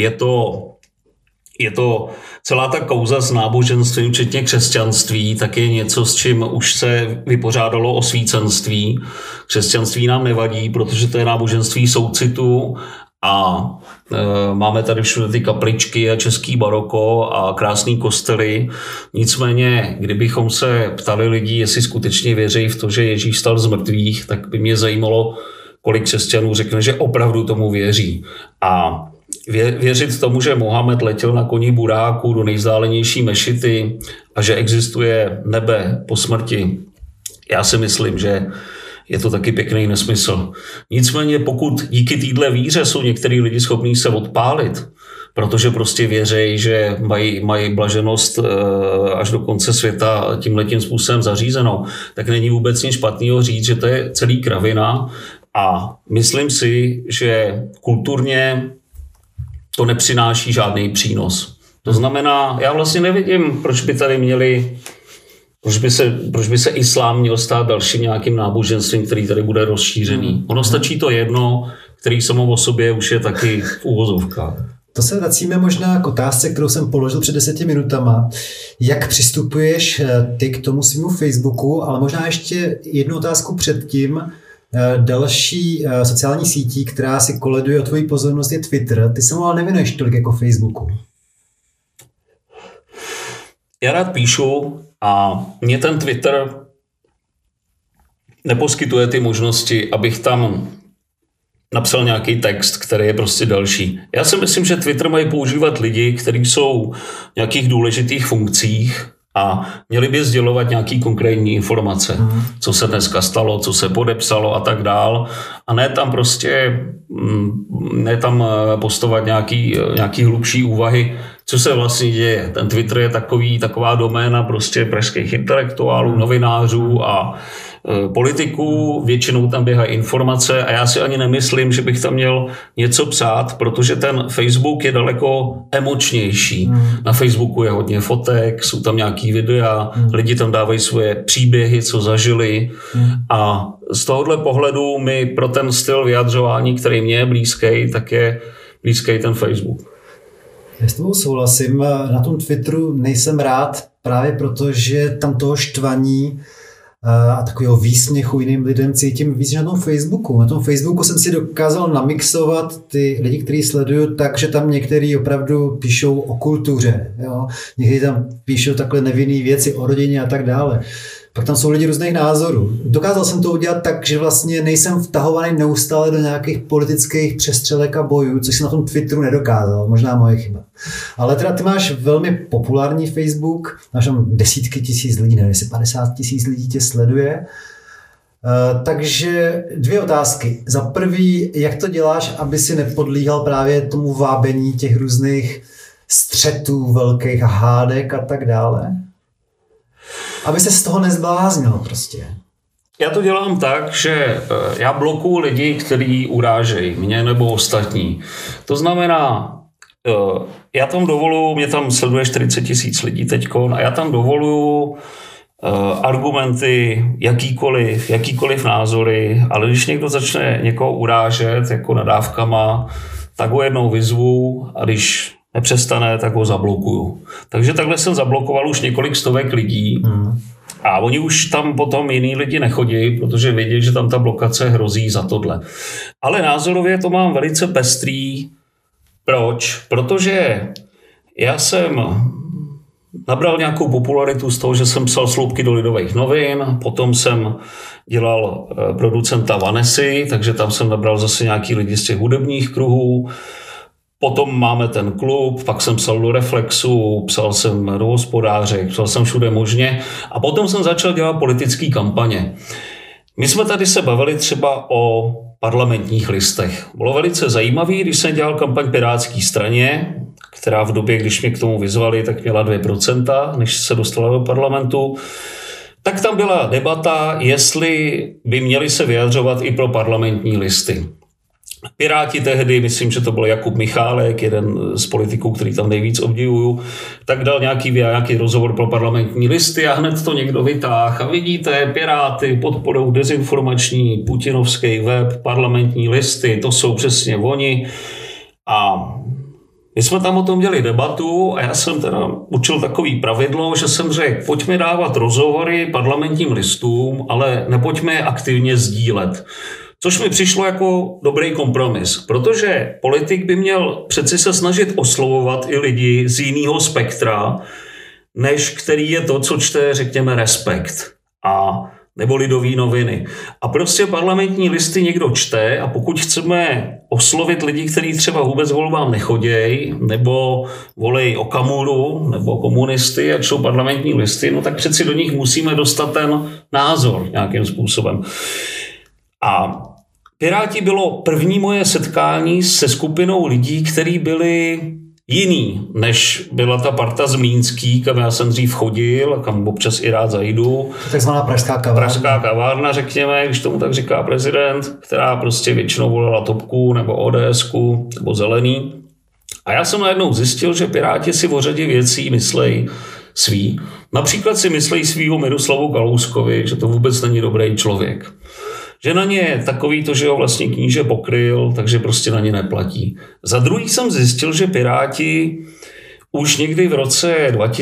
Je to celá ta kauza s náboženstvím, včetně křesťanství, tak je něco, s čím už se vypořádalo osvícenství. Křesťanství nám nevadí, protože to je náboženství soucitu a máme tady všude ty kapličky a český baroko a krásný kostely. Nicméně, kdybychom se ptali lidí, jestli skutečně věří v to, že Ježíš vstal z mrtvých, tak by mě zajímalo, kolik křesťanů řekne, že opravdu tomu věří. A věřit tomu, že Mohamed letěl na koni buráku do nejvzdálenější mešity a že existuje nebe po smrti, já si myslím, že je to taky pěkný nesmysl. Nicméně pokud díky téhle víře jsou některý lidi schopní se odpálit, protože prostě věří, že mají blaženost až do konce světa tímhletím způsobem zařízenou, tak není vůbec nic špatného říct, že to je celý kravina a myslím si, že kulturně to nepřináší žádný přínos. To znamená, já vlastně nevidím, proč by tady měli Proč by se islám měl stát dalším nějakým náboženstvím, který tady bude rozšířený? Ono stačí to jedno, který samo o sobě už je taky v uvozovkách. To se vracíme možná k otázce, kterou jsem položil před 10 minutama. Jak přistupuješ ty k tomu svému Facebooku, ale možná ještě jednu otázku předtím. Další sociální sítí, která si koleduje o tvoji pozornost, je Twitter. Ty se mu ale nevěnuješ tolik jako Facebooku. Já rád píšu a mě ten Twitter neposkytuje ty možnosti, abych tam napsal nějaký text, který je prostě další. Já si myslím, že Twitter mají používat lidi, kteří jsou v nějakých důležitých funkcích a měli by sdělovat nějaký konkrétní informace, co se dneska stalo, co se podepsalo a tak dál. A ne tam postovat nějaký hlubší úvahy, co se vlastně děje. Ten Twitter je taková doména prostě pražských intelektuálů, novinářů a politiků, většinou tam běhají informace a já si ani nemyslím, že bych tam měl něco psát, protože ten Facebook je daleko emočnější. Na Facebooku je hodně fotek, jsou tam nějaký videa, lidi tam dávají svoje příběhy, co zažili a z tohohle pohledu mi pro ten styl vyjadřování, který mě je blízký, tak je blízký ten Facebook. Já s tebou souhlasím, na tom Twitteru nejsem rád právě proto, že tam toho štvaní a takového výsměchu jiným lidem cítím víc na tom Facebooku. Na tom Facebooku jsem si dokázal namixovat ty lidi, kteří sleduju, tak, že tam někteří opravdu píšou o kultuře. Jo? Někteří tam píšou takhle nevinné věci o rodině a tak dále. Pak tam jsou lidi různých názorů. Dokázal jsem to udělat tak, že vlastně nejsem vtahovaný neustále do nějakých politických přestřelek a bojů, což jsem na tom Twitteru nedokázal. Možná moje chyba. Ale teda ty máš velmi populární Facebook, máš tam desítky tisíc lidí, nevím, jestli 50 000 lidí tě sleduje. Takže 2 otázky. Za prvý, jak to děláš, aby si nepodlíhal právě tomu vábení těch různých střetů velkých a hádek a tak dále? Aby se z toho nezbláznil prostě. Já to dělám tak, že já blokuju lidi, kteří urážejí mě nebo ostatní. To znamená, já tam dovoluju, mě tam sleduje 40 000 lidí teďkon a já tam dovoluju argumenty, jakýkoliv názory, ale když někdo začne někoho urážet jako nadávkama, tak ho jednou vyzvu a když nepřestane, tak ho zablokuju. Takže takhle jsem zablokoval už několik stovek lidí a oni už tam potom jiný lidi nechodí, protože vědí, že tam ta blokace hrozí za tohle. Ale názorově to mám velice pestrý. Proč? Protože já jsem nabral nějakou popularitu z toho, že jsem psal sloupky do Lidových novin, potom jsem dělal producenta Vanessy, takže tam jsem nabral zase nějaký lidi z těch hudebních kruhů. Potom máme ten klub, pak jsem psal do Reflexu, psal jsem do Hospodářek, psal jsem všude možně a potom jsem začal dělat politické kampaně. My jsme tady se bavili třeba o parlamentních listech. Bylo velice zajímavé, když jsem dělal kampaň Pirátské straně, která v době, když mě k tomu vyzvali, tak měla 2%, než se dostala do parlamentu. Tak tam byla debata, jestli by měli se vyjadřovat i pro parlamentní listy. Piráti tehdy, myslím, že to byl Jakub Michálek, jeden z politiků, který tam nejvíc obdivuju, tak dal nějaký rozhovor pro parlamentní listy a hned to někdo vytáhl. A vidíte, Piráty podporou dezinformační putinovský web, parlamentní listy, to jsou přesně oni. A my jsme tam o tom dělali debatu a já jsem teda učil takový pravidlo, že jsem řekl, pojďme dávat rozhovory parlamentním listům, ale nepojďme je aktivně sdílet. Což mi přišlo jako dobrý kompromis, protože politik by měl přeci se snažit oslovovat i lidi z jiného spektra, než který je to, co čte, řekněme, Respekt a nebo Lidové noviny. A prostě parlamentní listy někdo čte a pokud chceme oslovit lidi, kteří třeba vůbec volbám nechodějí, nebo volejí Okamuru, nebo komunisty a čtou parlamentní listy, no tak přeci do nich musíme dostat ten názor nějakým způsobem. A Piráti bylo první moje setkání se skupinou lidí, kteří byli jiný, než byla ta parta z Mlýnský, kam já jsem dřív chodil a kam občas i rád zajdu. Takzvaná pražská kavárna. Pražská kavárna, řekněme, když tomu tak říká prezident, která prostě většinou volila Topku nebo ODSku nebo Zelený. A já jsem najednou zjistil, že Piráti si o řadě věcí myslejí svý. Například si myslejí svýho Miroslavu Kalouskovi, že to vůbec není dobrý člověk. Že na ně je takový to, že ho vlastně kníže pokryl, takže prostě na ně neplatí. Za druhý jsem zjistil, že Piráti už někdy v roce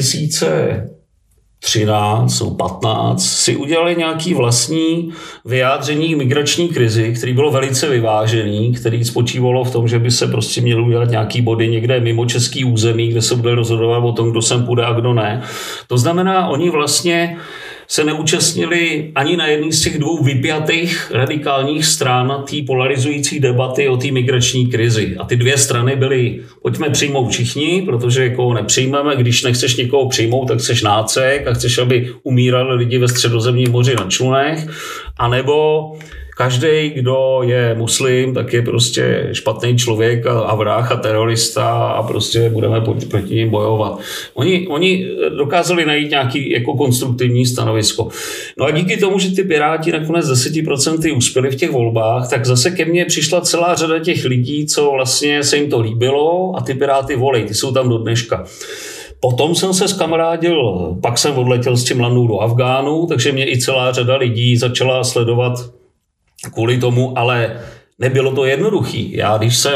2013 nebo 15 si udělali nějaký vlastní vyjádření k migrační krizi, který bylo velice vyvážený, který spočívalo v tom, že by se prostě měly udělat nějaký body někde mimo český území, kde se bude rozhodovat o tom, kdo sem půjde a kdo ne. To znamená, oni vlastně se neúčastnili ani na jedné z těch dvou vypjatých radikálních stran té polarizující debaty o té migrační krizi. A ty dvě strany byly, pojďme přijmout všichni, protože někoho nepřijmeme, když nechceš někoho přijmout, tak chceš nácek a chceš, aby umírali lidi ve Středozemním moři na člunech, anebo každý, kdo je muslim, tak je prostě špatný člověk a vrah a terorista a prostě budeme proti nim bojovat. Oni dokázali najít nějaký jako konstruktivní stanovisko. No a díky tomu, že ty Piráti nakonec 10% uspěli v těch volbách, tak zase ke mně přišla celá řada těch lidí, co vlastně se jim to líbilo a ty Piráty volej, ty jsou tam do dneška. Potom jsem se skamarádil, pak jsem odletěl s tím Landou do Afgánu, takže mě i celá řada lidí začala sledovat kvůli tomu, ale nebylo to jednoduchý. Já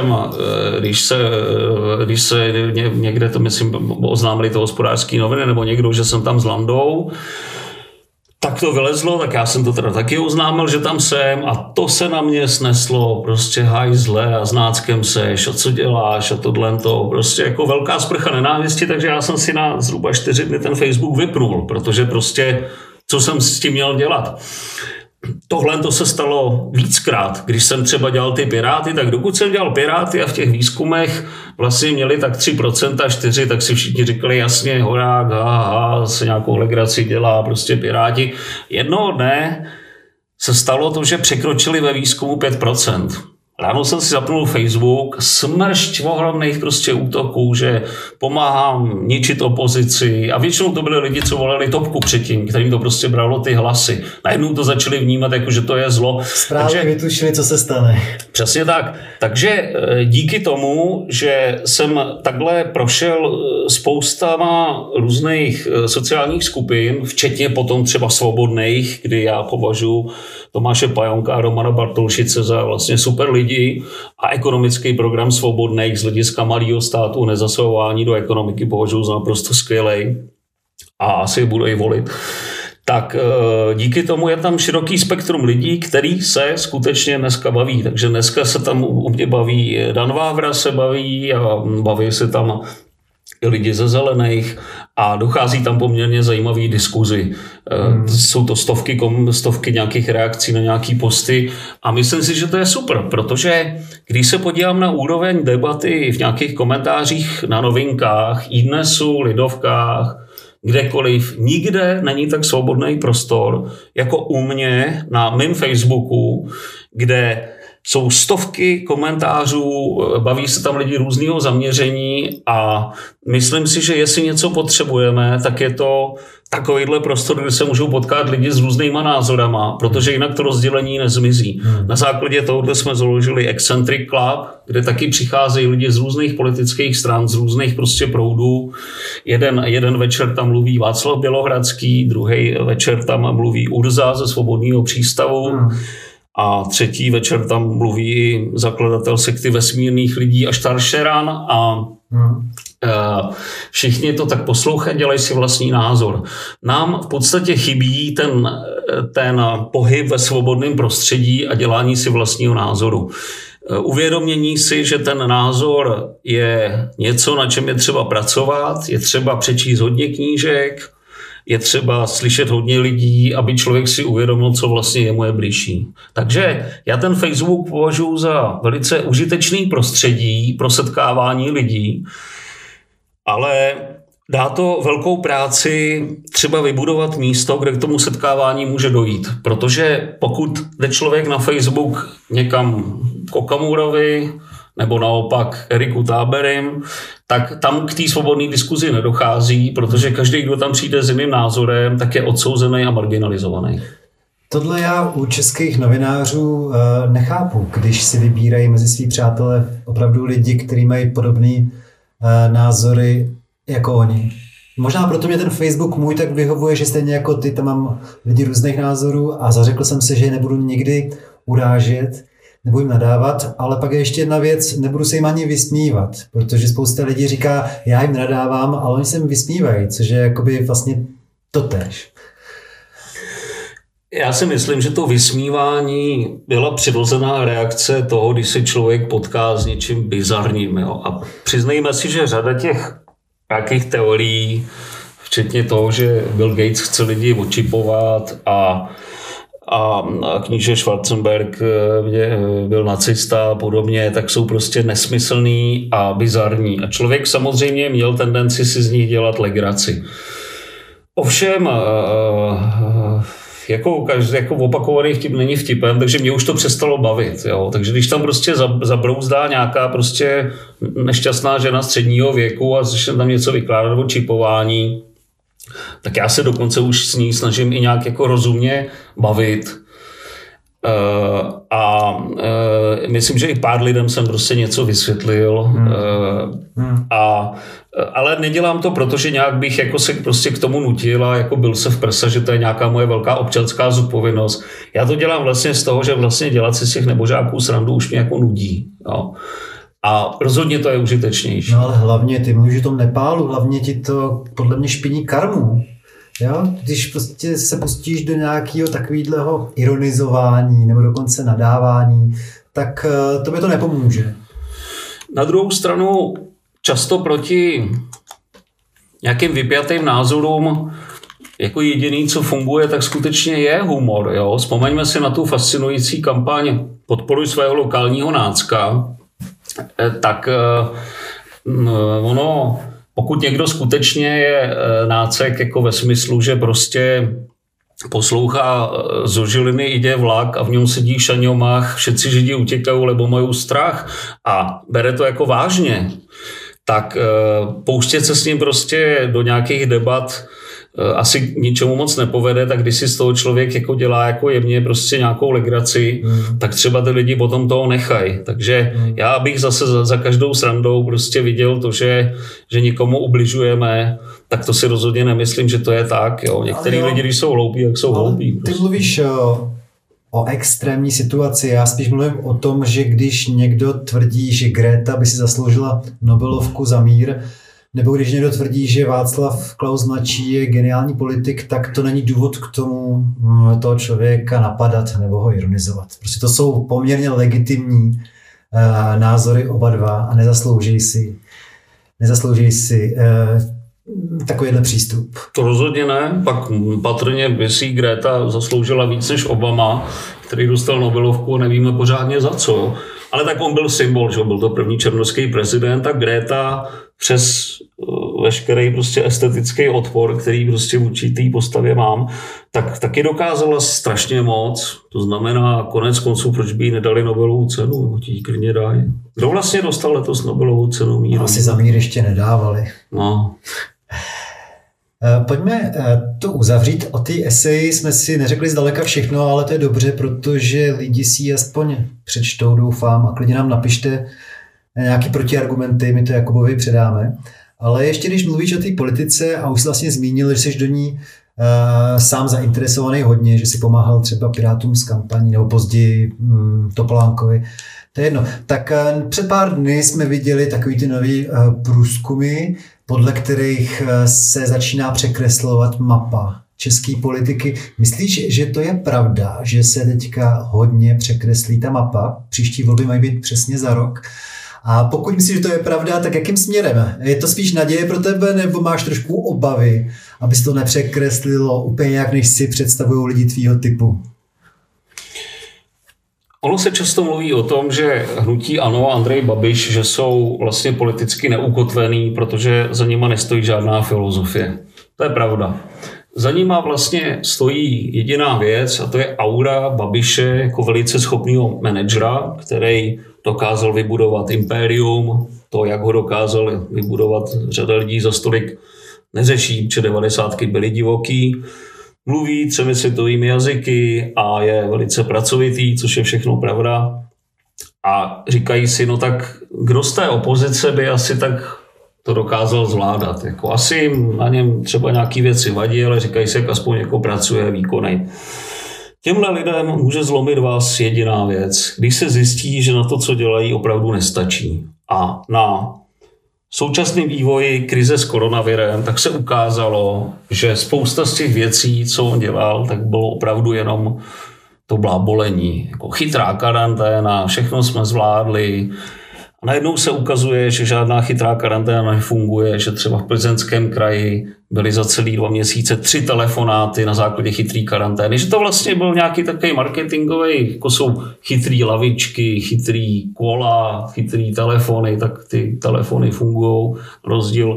když se někde to myslím oznámili to Hospodářské noviny nebo někdo, že jsem tam s Landou, tak to vylezlo, tak já jsem to teda taky oznámil, že tam jsem a to se na mě sneslo, prostě hajzle a s náckem seš a co děláš a tohle to, prostě jako velká sprcha nenávisti, takže já jsem si na zhruba 4 dny ten Facebook vypnul, protože prostě co jsem s tím měl dělat. Tohle to se stalo víckrát, když jsem třeba dělal ty Piráty, tak dokud jsem dělal Piráty a v těch výzkumech vlastně měli tak 3%, 4%, tak si všichni říkali jasně, Horák, se nějakou legraci dělá, prostě Piráti. Jednoho dne se stalo to, že překročili ve výzkumu 5%. Ráno jsem si zapnul Facebook, smršť ohromných prostě útoků, že pomáhám ničit opozici a většinou to byly lidi, co volali topku předtím, kterým to prostě bralo ty hlasy. Najednou to začali vnímat, jako že to je zlo. Správně vytušili, co se stane. Přesně tak. Takže díky tomu, že jsem takhle prošel spoustama různých sociálních skupin, včetně potom třeba svobodných, kdy já považuji Tomáše Pajonka a Romana Bartolšice za vlastně super lidi a ekonomický program svobodných z hlediska malého státu, nezasahování do ekonomiky považuji za naprosto skvělej a asi je budu i volit. Tak díky tomu je tam široký spektrum lidí, který se skutečně dneska baví. Takže dneska se tam u mě baví Dan Vávra se baví a baví se tam i lidi ze Zelených a dochází tam poměrně zajímavý diskuzi. Jsou to stovky nějakých reakcí na nějaký posty a myslím si, že to je super, protože když se podívám na úroveň debaty v nějakých komentářích na Novinkách, iDnesu, Lidovkách, kdekoliv, nikde není tak svobodný prostor, jako u mě na mém Facebooku, kde jsou stovky komentářů, baví se tam lidi různého zaměření a myslím si, že jestli něco potřebujeme, tak je to takovýhle prostor, kde se můžou potkat lidi s různýma názorama, protože jinak to rozdělení nezmizí. Na základě tohohle jsme založili Eccentric Club, kde taky přicházejí lidi z různých politických stran, z různých prostě proudů. Jeden večer tam mluví Václav Bělohradský, druhý večer tam mluví Urza ze Svobodného přístavu. A třetí večer tam mluví zakladatel sekty vesmírných lidí Aštar Sheran a všichni to tak poslouchají, dělají si vlastní názor. Nám v podstatě chybí ten pohyb ve svobodném prostředí a dělání si vlastního názoru. Uvědomění si, že ten názor je něco, na čem je třeba pracovat, je třeba přečíst hodně knížek, je třeba slyšet hodně lidí, aby člověk si uvědomil, co vlastně je moje blížší. Takže já ten Facebook považuji za velice užitečný prostředí pro setkávání lidí, ale dá to velkou práci třeba vybudovat místo, kde k tomu setkávání může dojít. Protože pokud jde člověk na Facebook někam k Okamurovi, nebo naopak Eriku Táberim, tak tam k té svobodné diskuzi nedochází, protože každý, kdo tam přijde s jiným názorem, tak je odsouzený a marginalizovaný. Tohle já u českých novinářů nechápu, když si vybírají mezi svý přátelé opravdu lidi, kteří mají podobné názory jako oni. Možná proto mě ten Facebook můj tak vyhovuje, že stejně jako ty, tam mám lidi různých názorů a zařekl jsem se, že je nebudu nikdy urážet, nebudu jim nadávat, ale pak je ještě jedna věc, nebudu se jim ani vysmívat, protože spousta lidí říká, já jim nadávám, ale oni se jim vysmívají, což je jakoby vlastně totéž. Já si myslím, že to vysmívání byla přirozená reakce toho, když se člověk potká s něčím bizarním. Jo? A přiznejme si, že řada těch nějakých teorií, včetně toho, že Bill Gates chce lidi očipovat a kníže Schwarzenberg byl nacista a podobně, tak jsou prostě nesmyslný a bizarní. A člověk samozřejmě měl tendenci si z nich dělat legraci. Ovšem, jako opakovaný vtip není vtipem, takže mě už to přestalo bavit. Jo? Takže když tam prostě zabrouzdá nějaká prostě nešťastná žena středního věku a začne tam něco vykládat o čipování, tak já se dokonce už s ní snažím i nějak jako rozumně bavit. Myslím, že i pár lidem jsem prostě něco vysvětlil. Ale nedělám to, protože nějak bych jako se prostě k tomu nutil a jako byl se v prsa, že to je nějaká moje velká občanská zodpovědnost. Já to dělám vlastně z toho, že vlastně dělat si z těch nebožáků srandu už mě jako nudí. Jo. A rozhodně to je užitečnější. No ale hlavně ty mluvíš o tom Nepálu, hlavně ti to podle mě špiní karmu. Jo? Když prostě se pustíš do nějakého takového ironizování nebo dokonce nadávání, tak to by to nepomůže. Na druhou stranu často proti nějakým vypjatým názorům jako jediný, co funguje, tak skutečně je humor. Jo? Vzpomeňme si na tu fascinující kampaň Podporuj svého lokálního nácka, tak ono, pokud někdo skutečně je nácek jako ve smyslu, že prostě poslouchá zo Žiliny jde vlak a v něm sedí šanňomach, všetci Židi utěkají, lebo mají strach a bere to jako vážně, tak pouštět se s ním prostě do nějakých debat asi ničemu moc nepovede, tak když si z toho člověk jako dělá jako jemně prostě nějakou legraci, tak třeba ty lidi potom toho nechají. Takže já bych zase za každou srandou prostě viděl to, že někomu ubližujeme, tak to si rozhodně nemyslím, že to je tak. Jo. Některý lidi, když jsou hloupí, tak jsou hloupí. Ty mluvíš o extrémní situaci. Já spíš mluvím o tom, že když někdo tvrdí, že Greta by si zasloužila Nobelovku za mír, nebo když někdo tvrdí, že Václav Klaus mladší je geniální politik, tak to není důvod k tomu toho člověka napadat nebo ho ironizovat. Prostě to jsou poměrně legitimní názory oba dva a nezaslouží si takovýhle přístup. To rozhodně ne, pak patrně by si Greta zasloužila víc než Obama, který dostal Nobelovku a nevíme pořádně za co. Ale tak on byl symbol, že byl to první černošský prezident a Greta přes veškerý prostě estetický odpor, který prostě vůči té postavě mám, tak taky dokázala strašně moc. To znamená, konec konců, proč by jí nedali Nobelovu cenu, ti klidně dají. Kdo vlastně dostal letos Nobelovu cenu míru? Asi za mír ještě nedávali. No. Pojďme to uzavřít. O té eseji jsme si neřekli zdaleka všechno, ale to je dobře, protože lidi si ji aspoň přečtou, doufám, a klidně nám napište nějaký protiargumenty, my to Jakubovi předáme. Ale ještě když mluvíš o té politice a už jsi vlastně zmínil, že jsi do ní sám zainteresovaný hodně, že si pomáhal třeba Pirátům s kampaní nebo později Topolánkovi, to je jedno. Tak před pár dny jsme viděli takový ty nový průzkumy, podle kterých se začíná překreslovat mapa české politiky. Myslíš, že to je pravda, že se teďka hodně překreslí ta mapa? Příští volby mají být přesně za rok. A pokud myslíš, že to je pravda, tak jakým směrem? Je to spíš naděje pro tebe, nebo máš trošku obavy, aby se to nepřekreslilo úplně jak než si představují lidi tvýho typu? Ono se často mluví o tom, že hnutí ANO a Andrej Babiš, že jsou vlastně politicky neukotvený, protože za nima nestojí žádná filozofie. To je pravda. Za nima vlastně stojí jediná věc a to je aura Babiše jako velice schopného manažera, který dokázal vybudovat impérium. To, jak ho dokázal vybudovat řada lidí za stolik neřeší, protože 90 byly divoký. Mluví 3 světovými jazyky a je velice pracovitý, což je všechno pravda. A říkají si, no tak kdo z té opozice by asi tak to dokázal zvládat. Jako asi na něm třeba nějaký věci vadí, ale říkají si, jak aspoň jako pracuje, výkonej. Těmhle lidem může zlomit vás jediná věc, když se zjistí, že na to, co dělají, opravdu nestačí. A na současném vývoji krize s koronavirem, tak se ukázalo, že spousta z těch věcí, co on dělal, tak bylo opravdu jenom to blábolení. Jako chytrá karanténa, všechno jsme zvládli A najednou se ukazuje, že žádná chytrá karanténa nefunguje, že třeba v Plzeňském kraji byly za celý 2 měsíce 3 telefonáty na základě chytré karantény, že to vlastně byl nějaký takový marketingový, jako jsou chytrý lavičky, chytrý kola, chytrý telefony, tak ty telefony fungují, rozdíl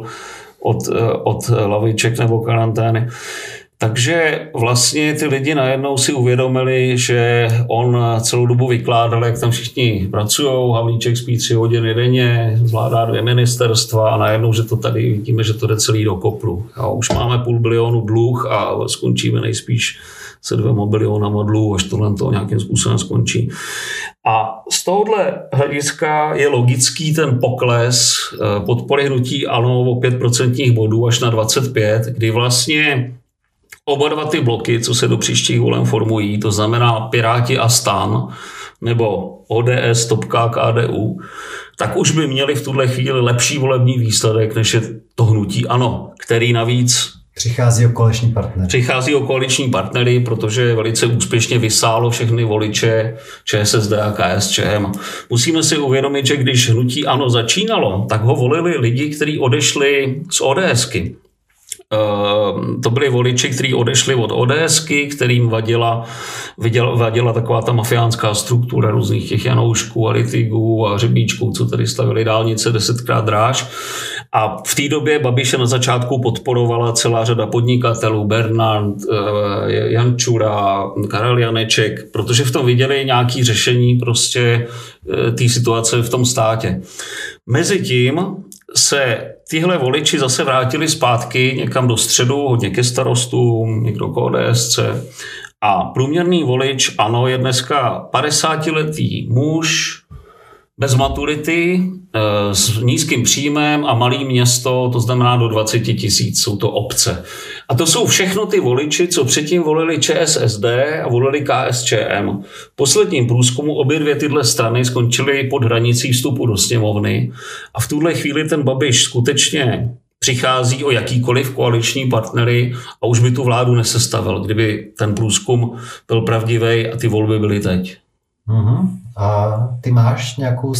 od laviček nebo karantény. Takže vlastně ty lidi najednou si uvědomili, že on celou dobu vykládal, jak tam všichni pracujou, Havlíček spí 3 hodiny denně, zvládá 2 ministerstva a najednou, že to tady vidíme, že to jde celý do kopru. Jo, už máme 500 milionu dluh a skončíme nejspíš se 2 bilionama dluh, až tohle to nějakým způsobem skončí. A z tohohle hlediska je logický ten pokles podpory hnutí ANO o 5% bodů až na 25, kdy vlastně oba dva ty bloky, co se do příštích voleb formují, to znamená Piráti a STAN, nebo ODS, Topka, KDU, tak už by měli v tuhle chvíli lepší volební výsledek, než je to hnutí ANO, který navíc přichází o koaliční partnery, protože velice úspěšně vysálo všechny voliče ČSSD a KSČM. Musíme si uvědomit, že když hnutí ANO začínalo, tak ho volili lidi, kteří odešli z ODSky. To byli voliči, kteří odešli od ODSky, kterým vadila taková ta mafiánská struktura různých těch Janoušků a Litigů a Řebíčků, co tady stavili dálnice 10krát dráž. A v té době Babiše na začátku podporovala celá řada podnikatelů, Bernard, Jančura, Karel Janeček, protože v tom viděli nějaké řešení prostě té situace v tom státě. Mezitím se tyhle voliči zase vrátili zpátky někam do středu, hodně ke starostům, někdo k ODSC. A průměrný volič ANO je dneska 50letý muž bez maturity, s nízkým příjmem a malý město, to znamená do 20 000, jsou to obce. A to jsou všechno ty voliči, co předtím volili ČSSD a volili KSČM. V posledním průzkumu obě dvě tyhle strany skončily pod hranicí vstupu do sněmovny a v tuhle chvíli ten Babiš skutečně přichází o jakýkoliv koaliční partnery a už by tu vládu nesestavil, kdyby ten průzkum byl pravdivý a ty volby byly teď. Uh-huh. A ty máš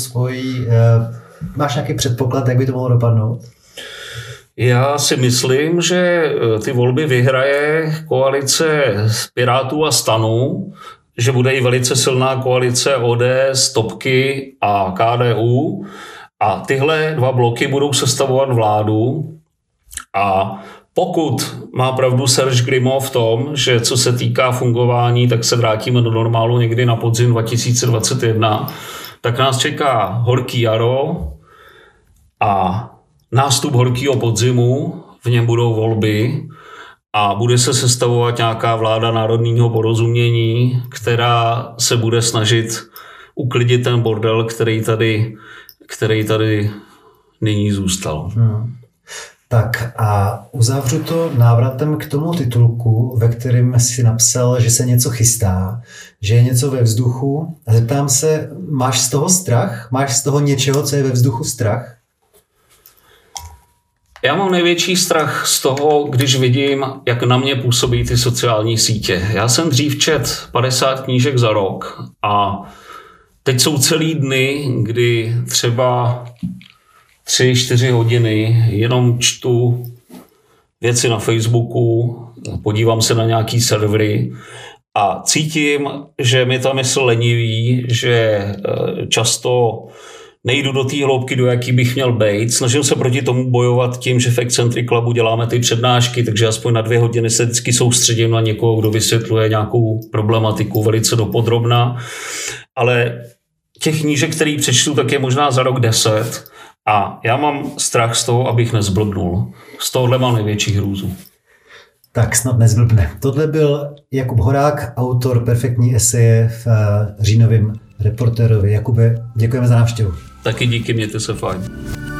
nějaký předpoklad, jak by to mohlo dopadnout? Já si myslím, že ty volby vyhraje koalice Pirátů a STANu, že bude i velice silná koalice ODS, Topky a KDU a tyhle 2 bloky budou sestavovat vládu a pokud má pravdu Serge Grimmov v tom, že co se týká fungování, tak se vrátíme do normálu někdy na podzim 2021, tak nás čeká horký jaro a nástup horkýho podzimu, v něm budou volby a bude se sestavovat nějaká vláda národního porozumění, která se bude snažit uklidit ten bordel, který tady nyní zůstal. Tak a uzavřu to návratem k tomu titulku, ve kterém si napsal, že se něco chystá, že je něco ve vzduchu. A zeptám se, máš z toho strach? Máš z toho něčeho, co je ve vzduchu, strach? Já mám největší strach z toho, když vidím, jak na mě působí ty sociální sítě. Já jsem dřív čet 50 knížek za rok a teď jsou celý dny, kdy třeba 3-4 hodiny jenom čtu věci na Facebooku, podívám se na nějaký servery a cítím, že mi ta mysl leniví, že často nejdu do té hloubky, do jaký bych měl být. Snažím se proti tomu bojovat tím, že v Excentric Clubu děláme ty přednášky, takže aspoň na 2 hodiny se vždycky soustředím na někoho, kdo vysvětluje nějakou problematiku velice dopodrobna. Ale těch knížek, který přečtu, tak je možná za rok 10. A já mám strach z toho, abych nezblbnul. Z tohohle mám největší hrůzu. Tak snad nezblbne. Tohle byl Jakub Horák, autor perfektní eseje v říjnovém Reportérovi. Jakube, děkujeme za návštěvu. Taky díky, mějte se fajn.